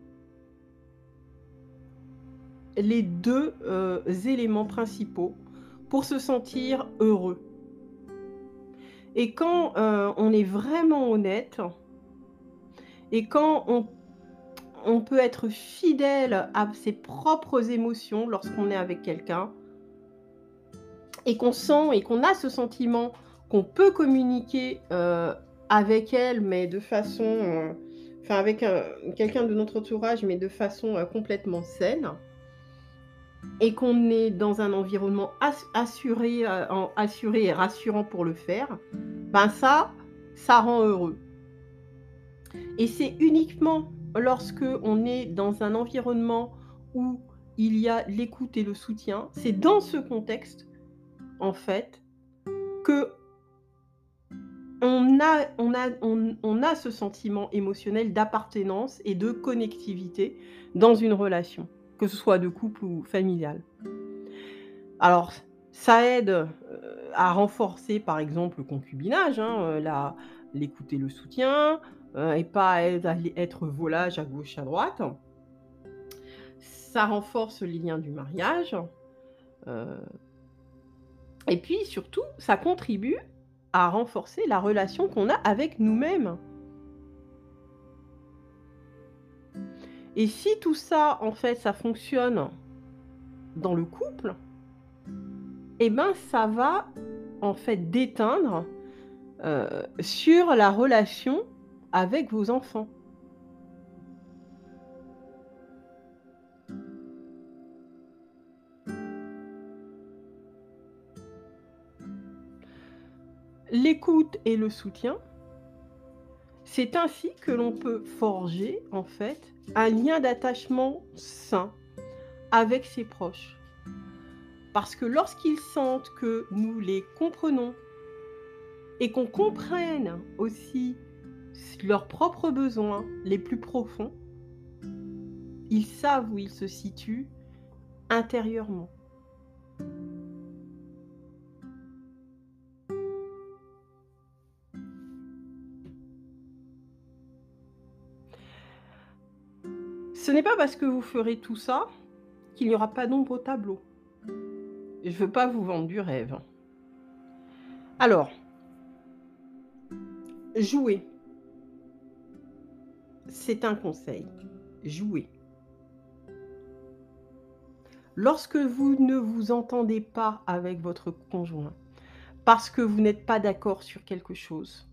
les 2 éléments principaux pour se sentir heureux et quand, on est vraiment honnête et quand on peut être fidèle à ses propres émotions lorsqu'on est avec quelqu'un et qu'on sent et qu'on a ce sentiment qu'on peut communiquer, avec elle, mais de façon, enfin avec, quelqu'un de notre entourage, mais de façon, complètement saine et qu'on est dans un environnement assuré et rassurant pour le faire, ben ça rend heureux et c'est uniquement lorsque on est dans un environnement où il y a l'écoute et le soutien, c'est dans ce contexte, en fait, que on a ce sentiment émotionnel d'appartenance et de connectivité dans une relation, que ce soit de couple ou familiale. Alors, ça aide, à renforcer, par exemple, le concubinage, hein, la l'écoute et le soutien, et pas être volage à gauche, à droite. Ça renforce les liens du mariage, heu et puis surtout, ça contribue à renforcer la relation qu'on a avec nous-mêmes. Et si tout ça, en fait, ça fonctionne dans le couple, et ben, ça va, en fait, déteindre, sur la relation avec vos enfants. L'écoute et le soutien, c'est ainsi que l'on peut forger, en fait, un lien d'attachement sain avec ses proches. Parce que lorsqu'ils sentent que nous les comprenons et qu'on comprenne aussi leurs propres besoins les plus profonds, ils savent où ils se situent intérieurement. Ce n'est pas parce que vous ferez tout ça qu'il n'y aura pas d'ombre au tableau. Je ne veux pas vous vendre du rêve. Alors, jouer, c'est un conseil. Jouer. Lorsque vous ne vous entendez pas avec votre conjoint, parce que vous n'êtes pas d'accord sur quelque chose,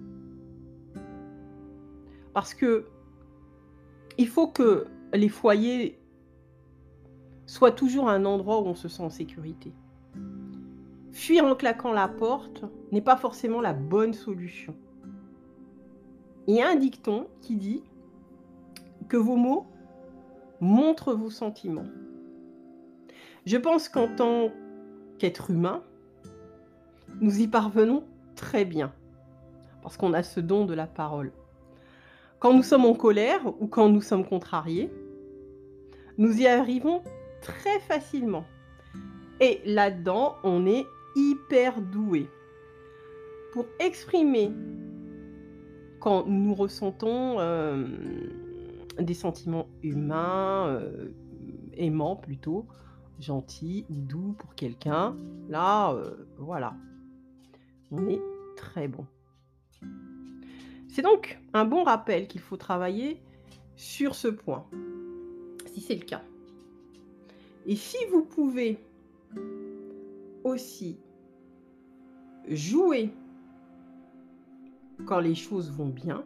parce que il faut que les foyers soient toujours un endroit où on se sent en sécurité. Fuir en claquant la porte n'est pas forcément la bonne solution. Il y a un dicton qui dit que vos mots montrent vos sentiments. Je pense qu'en tant qu'être humain, nous y parvenons très bien, parce qu'on a ce don de la parole. Quand nous sommes en colère ou quand nous sommes contrariés, nous y arrivons très facilement. Et là-dedans, on est hyper doué pour exprimer quand nous ressentons, des sentiments humains, aimants plutôt, gentils ou doux pour quelqu'un. Là, voilà, on est très bon. C'est donc un bon rappel qu'il faut travailler sur ce point, si c'est le cas. Et si vous pouvez aussi jouer quand les choses vont bien,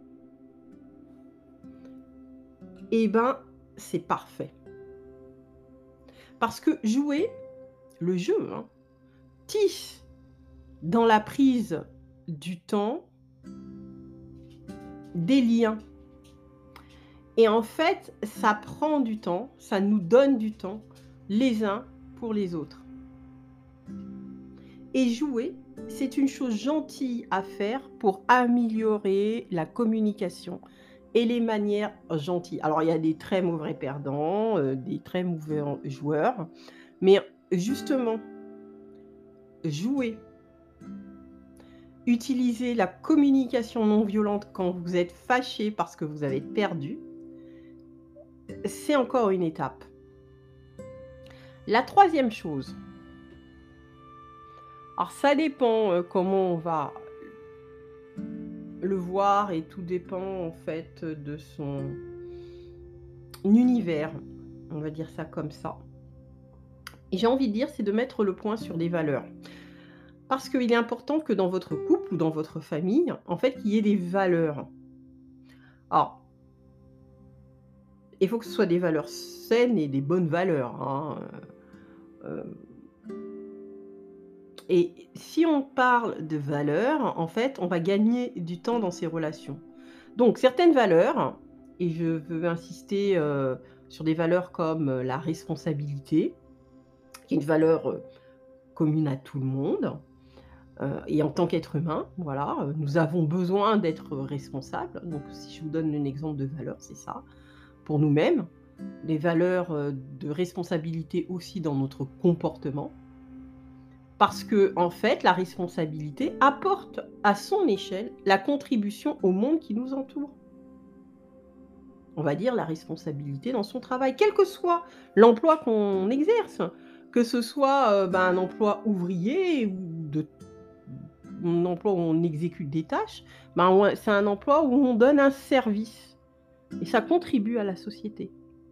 eh ben, c'est parfait. Parce que jouer, le jeu, hein, tisse dans la prise du temps des liens. Et en fait, ça prend du temps, ça nous donne du temps les uns pour les autres. Et jouer, c'est une chose gentille à faire pour améliorer la communication et les manières gentilles. Alors, il y a des très mauvais perdants, des très mauvais joueurs, mais justement, jouer, utiliser la communication non violente quand vous êtes fâché parce que vous avez perdu, c'est encore une étape. La troisième chose, alors ça dépend, comment on va le voir et tout dépend en fait de son univers, on va dire ça comme ça. Et j'ai envie de dire, c'est de mettre le point sur des valeurs. Parce qu'il est important que dans votre couple ou dans votre famille, en fait, qu'il y ait des valeurs. Alors, il faut que ce soit des valeurs saines et des bonnes valeurs, hein, et si on parle de valeurs, en fait, on va gagner du temps dans ces relations. Donc certaines valeurs, et je veux insister, sur des valeurs comme, la responsabilité, qui est une valeur, commune à tout le monde, et en tant qu'être humain, voilà, nous avons besoin d'être responsables. Donc si je vous donne un exemple de valeur, c'est ça, pour nous-mêmes. Des valeurs, de responsabilité aussi dans notre comportement. Parce que en fait, la responsabilité apporte à son échelle la contribution au monde qui nous entoure. On va dire la responsabilité dans son travail, quel que soit l'emploi qu'on exerce, que ce soit, un emploi ouvrier ou un emploi où on exécute des tâches, ouais, c'est un emploi où on donne un service et ça contribue à la société.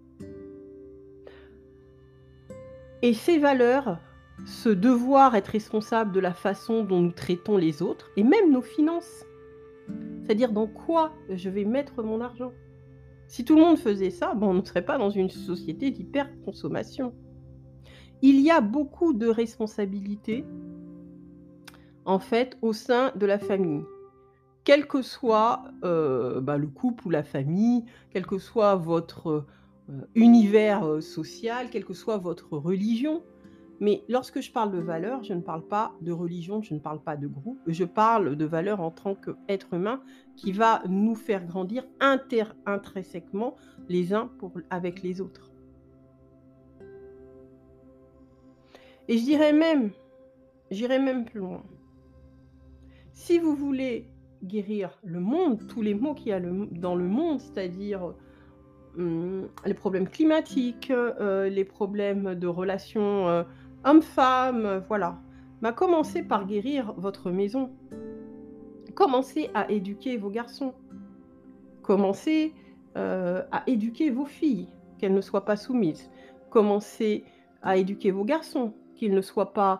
Et ces valeurs, ce devoir être responsable de la façon dont nous traitons les autres et même nos finances, c'est-à-dire dans quoi je vais mettre mon argent. Si tout le monde faisait ça, on ne serait pas dans une société d'hyperconsommation. Il y a beaucoup de responsabilités, en fait, au sein de la famille. Quel que soit, le couple ou la famille, quel que soit votre, univers, social, quelle que soit votre religion. Mais lorsque je parle de valeurs, je ne parle pas de religion, je ne parle pas de groupe, je parle de valeurs en tant qu'être humain qui va nous faire grandir intrinsèquement les uns avec les autres. Et j'irai même plus loin. Si vous voulez guérir le monde, tous les maux qu'il y a dans le monde, c'est-à-dire les problèmes climatiques, les problèmes de relations, hommes-femmes, voilà. Commencez par guérir votre maison. Commencez à éduquer vos garçons. Commencez, à éduquer vos filles, qu'elles ne soient pas soumises. Commencez à éduquer vos garçons, qu'ils ne soient pas,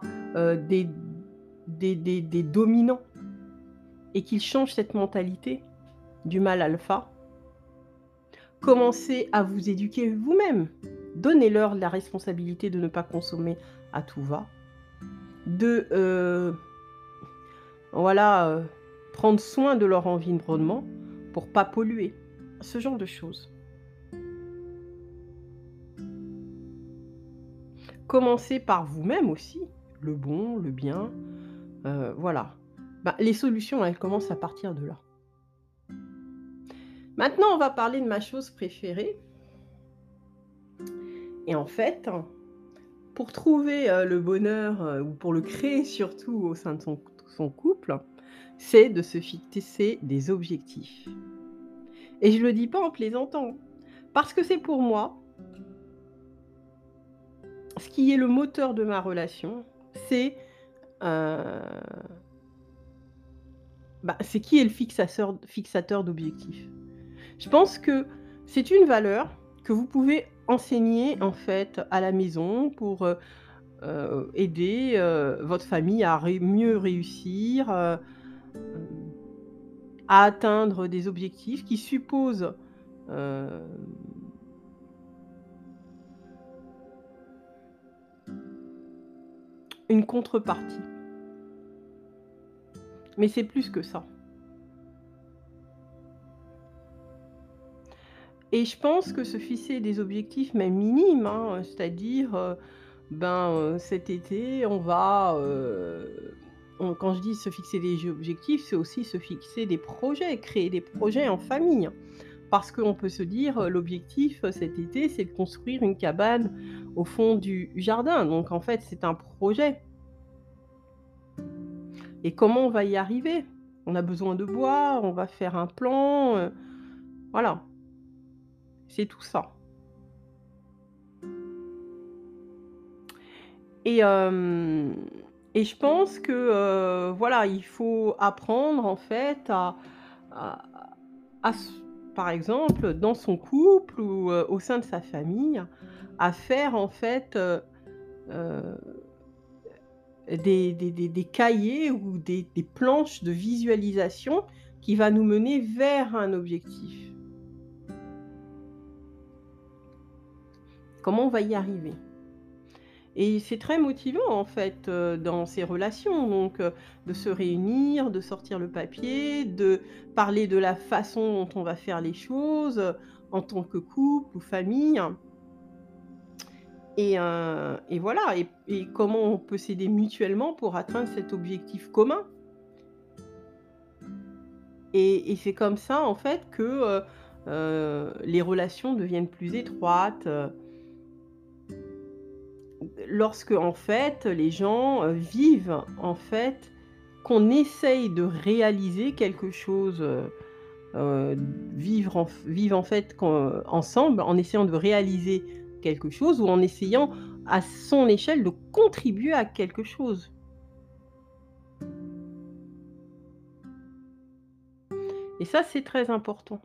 des dominants et qu'ils changent cette mentalité du mâle alpha. Commencez à vous éduquer vous-même. Donnez-leur la responsabilité de ne pas consommer à tout va, de, prendre soin de leur environnement pour pas polluer. Ce genre de choses. Commencez par vous-même aussi, le bon, le bien, voilà. Les solutions, elles commencent à partir de là. Maintenant, on va parler de ma chose préférée. Et en fait, pour trouver, le bonheur, ou pour le créer surtout au sein de son couple, c'est de se fixer des objectifs. Et je le dis pas en plaisantant, parce que c'est pour moi ce qui est le moteur de ma relation, c'est, heu, c'est qui est le fixateur d'objectifs. Je pense que c'est une valeur que vous pouvez enseigner, en fait, à la maison pour, aider, votre famille à mieux réussir, hem, à atteindre des objectifs qui supposent, hem, une contrepartie. Mais c'est plus que ça. Et je pense que se fixer des objectifs, même minimes, hein, c'est-à-dire, cet été, on va, quand je dis se fixer des objectifs, c'est aussi se fixer des projets, créer des projets en famille. Parce qu'on peut se dire, l'objectif, cet été, c'est de construire une cabane au fond du jardin. Donc en fait, c'est un projet. Et comment on va y arriver? On a besoin de bois, on va faire un plan, voilà, c'est tout ça. Et hem et je pense que, voilà, il faut apprendre en fait à à s par exemple, dans son couple ou, au sein de sa famille, à faire en fait, heu, des cahiers ou des planches de visualisation qui va nous mener vers un objectif. Comment on va y arriver? Et c'est très motivant en fait, dans ces relations donc de se réunir, de sortir le papier, de parler de la façon dont on va faire les choses, en tant que couple ou famille et voilà et comment on peut s'aider mutuellement pour atteindre cet objectif commun et c'est comme ça en fait que, les relations deviennent plus étroites, lorsque en fait, les gens, vivent en fait qu'on essaye de réaliser quelque chose, heu, vivent en fait ensemble en essayant de réaliser quelque chose ou en essayant à son échelle de contribuer à quelque chose et ça, c'est très important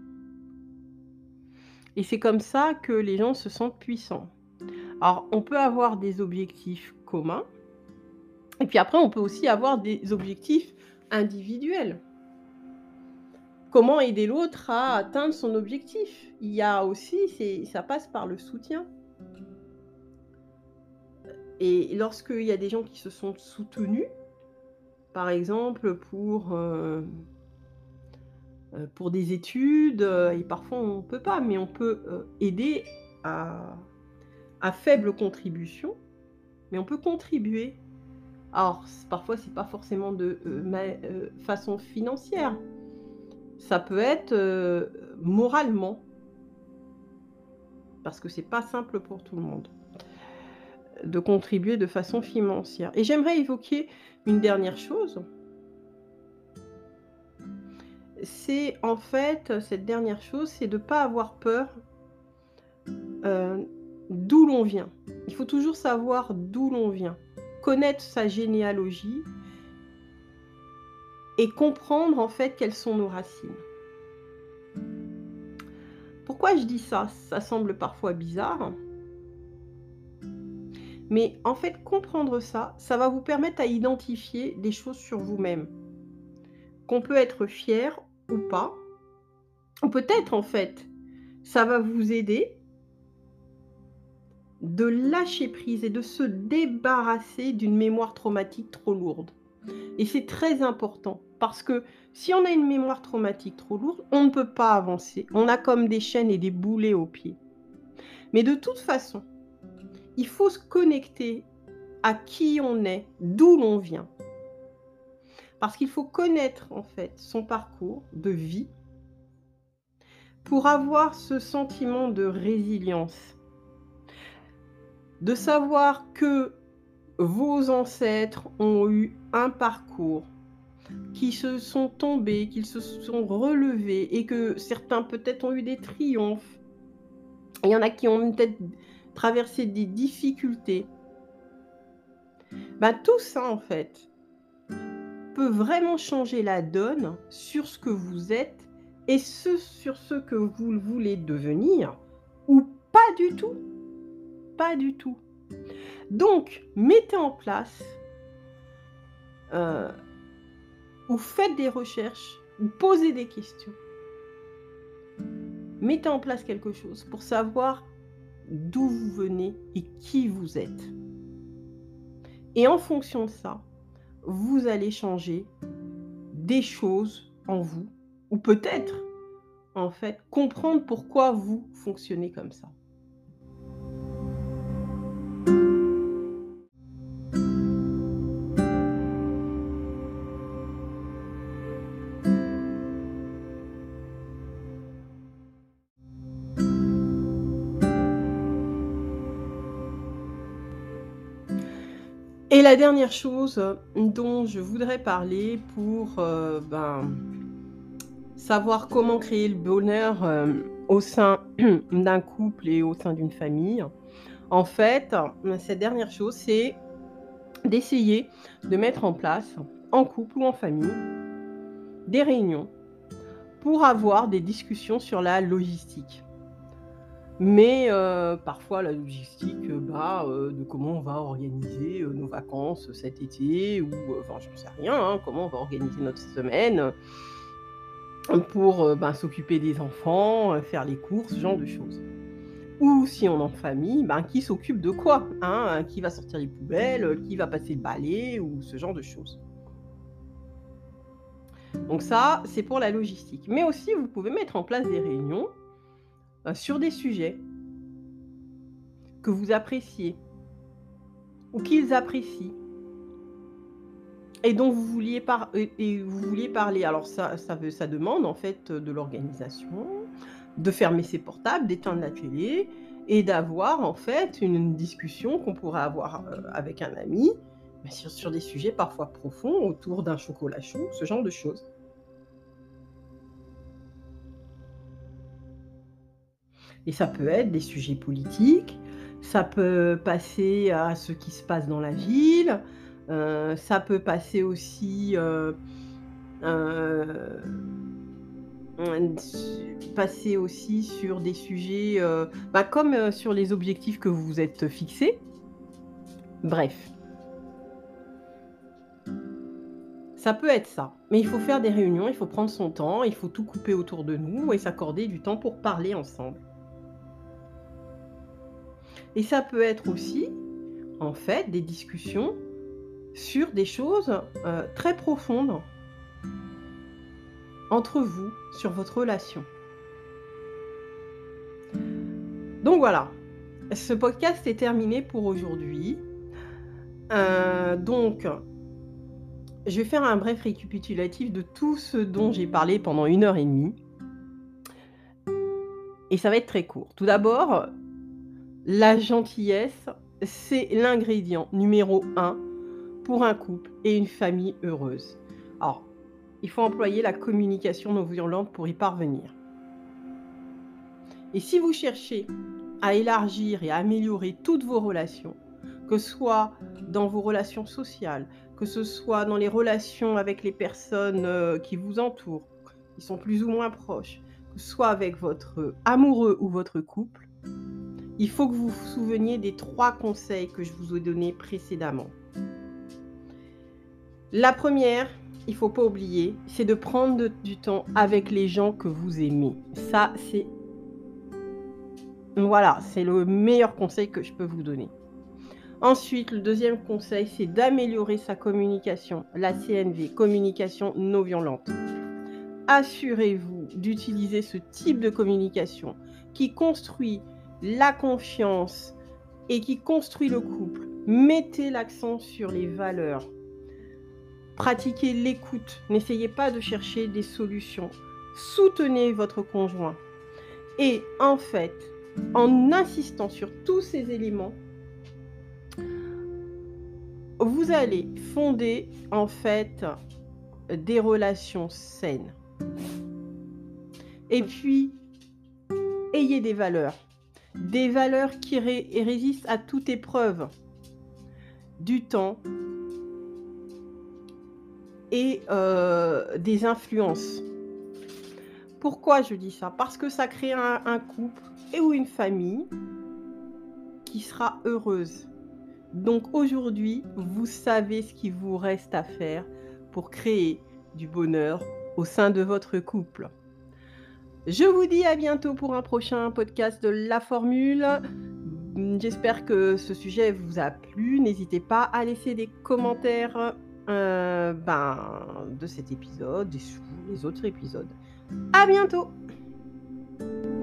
et c'est comme ça que les gens se sentent puissants. Alors, on peut avoir des objectifs communs et puis après on peut aussi avoir des objectifs individuels. Comment aider l'autre à atteindre son objectif? Il y a aussi ça passe par le soutien et lorsqu'il y a des gens qui se sont soutenus, par exemple pour des études, et parfois on ne peut pas, mais on peut, aider à faible contribution, mais on peut contribuer. Alors parfois c'est pas forcément de, façon financière, ça peut être, moralement, parce que c'est pas simple pour tout le monde. De contribuer de façon financière et j'aimerais évoquer une dernière chose, c'est en fait, cette dernière chose, c'est de ne pas avoir peur, heu, d'où l'on vient. Il faut toujours savoir d'où l'on vient, connaître sa généalogie et comprendre en fait quelles sont nos racines. Pourquoi je dis ça? Ça semble parfois bizarre, mais en fait comprendre ça, ça va vous permettre à identifier des choses sur vous-même, qu'on peut être fier ou pas. Ou peut-être en fait, ça va vous aider de lâcher prise et de se débarrasser d'une mémoire traumatique trop lourde. Et c'est très important parce que si on a une mémoire traumatique trop lourde, on ne peut pas avancer. On a comme des chaînes et des boulets aux pieds. Mais de toute façon, il faut se connecter à qui on est, d'où l'on vient. Parce qu'il faut connaître en fait son parcours de vie pour avoir ce sentiment de résilience. De savoir que vos ancêtres ont eu un parcours, qui se sont tombés, qu'ils se sont relevés et que certains peut-être ont eu des triomphes. Il y en a qui ont peut-être traversé des difficultés. Bah, tout ça en fait peut vraiment changer la donne sur ce que vous êtes et sur ce que vous voulez devenir ou pas du tout, pas du tout. Donc mettez en place, heu ou faites des recherches, ou posez des questions. Mettez en place quelque chose pour savoir d'où vous venez et qui vous êtes. Et en fonction de ça, vous allez changer des choses en vous ou peut-être, en fait, comprendre pourquoi vous fonctionnez comme ça. Et la dernière chose, dont je voudrais parler pour, savoir comment créer le bonheur, au sein d'un couple et au sein d'une famille. En fait, cette dernière chose, c'est d'essayer de mettre en place, en couple ou en famille, des réunions pour avoir des discussions sur la logistique. Mais parfois la logistique, de comment on va organiser, nos vacances cet été ou enfin j'en sais rien, hein, comment on va organiser notre semaine, pour, s'occuper des enfants, faire les courses, ce genre de choses. Ou si on est en famille, ben, qui s'occupe de quoi, hein? Qui va sortir les poubelles, qui va passer le balai ou ce genre de choses. Donc ça, c'est pour la logistique. Mais aussi, vous pouvez mettre en place des réunions, sur des sujets que vous appréciez ou qu'ils apprécient et dont vous vouliez vous vouliez parler. Alors ça demande en fait, de l'organisation, de fermer ses portables, d'éteindre la télé et d'avoir en fait une discussion qu'on pourrait avoir, avec un ami, mais sur des sujets parfois profonds autour d'un chocolat chaud, ce genre de choses. Et ça peut être des sujets politiques, ça peut passer à ce qui se passe dans la ville, ça peut passer aussi, heu, passer aussi sur des sujets, bah, comme, sur les objectifs que vous vous êtes fixés. Bref, ça peut être ça. Mais il faut faire des réunions, il faut prendre son temps, il faut tout couper autour de nous et s'accorder du temps pour parler ensemble. Et ça peut être aussi, en fait, des discussions sur des choses, très profondes entre vous, sur votre relation. Donc voilà, ce podcast est terminé pour aujourd'hui. Donc je vais faire un bref récapitulatif de tout ce dont j'ai parlé pendant 1 heure et demie et ça va être très court. Tout d'abord, la gentillesse, c'est l'ingrédient numéro 1 pour un couple et une famille heureuse. Alors, il faut employer la communication non violente pour y parvenir. Et si vous cherchez à élargir et à améliorer toutes vos relations, que ce soit dans vos relations sociales, que ce soit dans les relations avec les personnes, qui vous entourent, qui sont plus ou moins proches, que ce soit avec votre amoureux ou votre couple, il faut que vous vous souveniez des 3 conseils que je vous ai donnés précédemment. La première, il ne faut pas oublier, c'est de prendre du temps avec les gens que vous aimez. Ça, c'est voilà, c'est le meilleur conseil que je peux vous donner. Ensuite, le deuxième conseil, c'est d'améliorer sa communication, la CNV, communication non violente. Assurez-vous d'utiliser ce type de communication qui construit la confiance et qui construit le couple. Mettez l'accent sur les valeurs. Pratiquez l'écoute. N'essayez pas de chercher des solutions. Soutenez votre conjoint. Et en fait, en insistant sur tous ces éléments, vous allez fonder en fait des relations saines. Et puis, ayez des valeurs qui résistent à toute épreuve du temps et des influences. Pourquoi je dis ça? Parce que ça crée un couple ou une famille qui sera heureuse. Donc aujourd'hui, vous savez ce qu'il vous reste à faire pour créer du bonheur au sein de votre couple. Je vous dis à bientôt pour un prochain podcast de La Formule. J'espère que ce sujet vous a plu. N'hésitez pas à laisser des commentaires de cet épisode et sur les autres épisodes. À bientôt!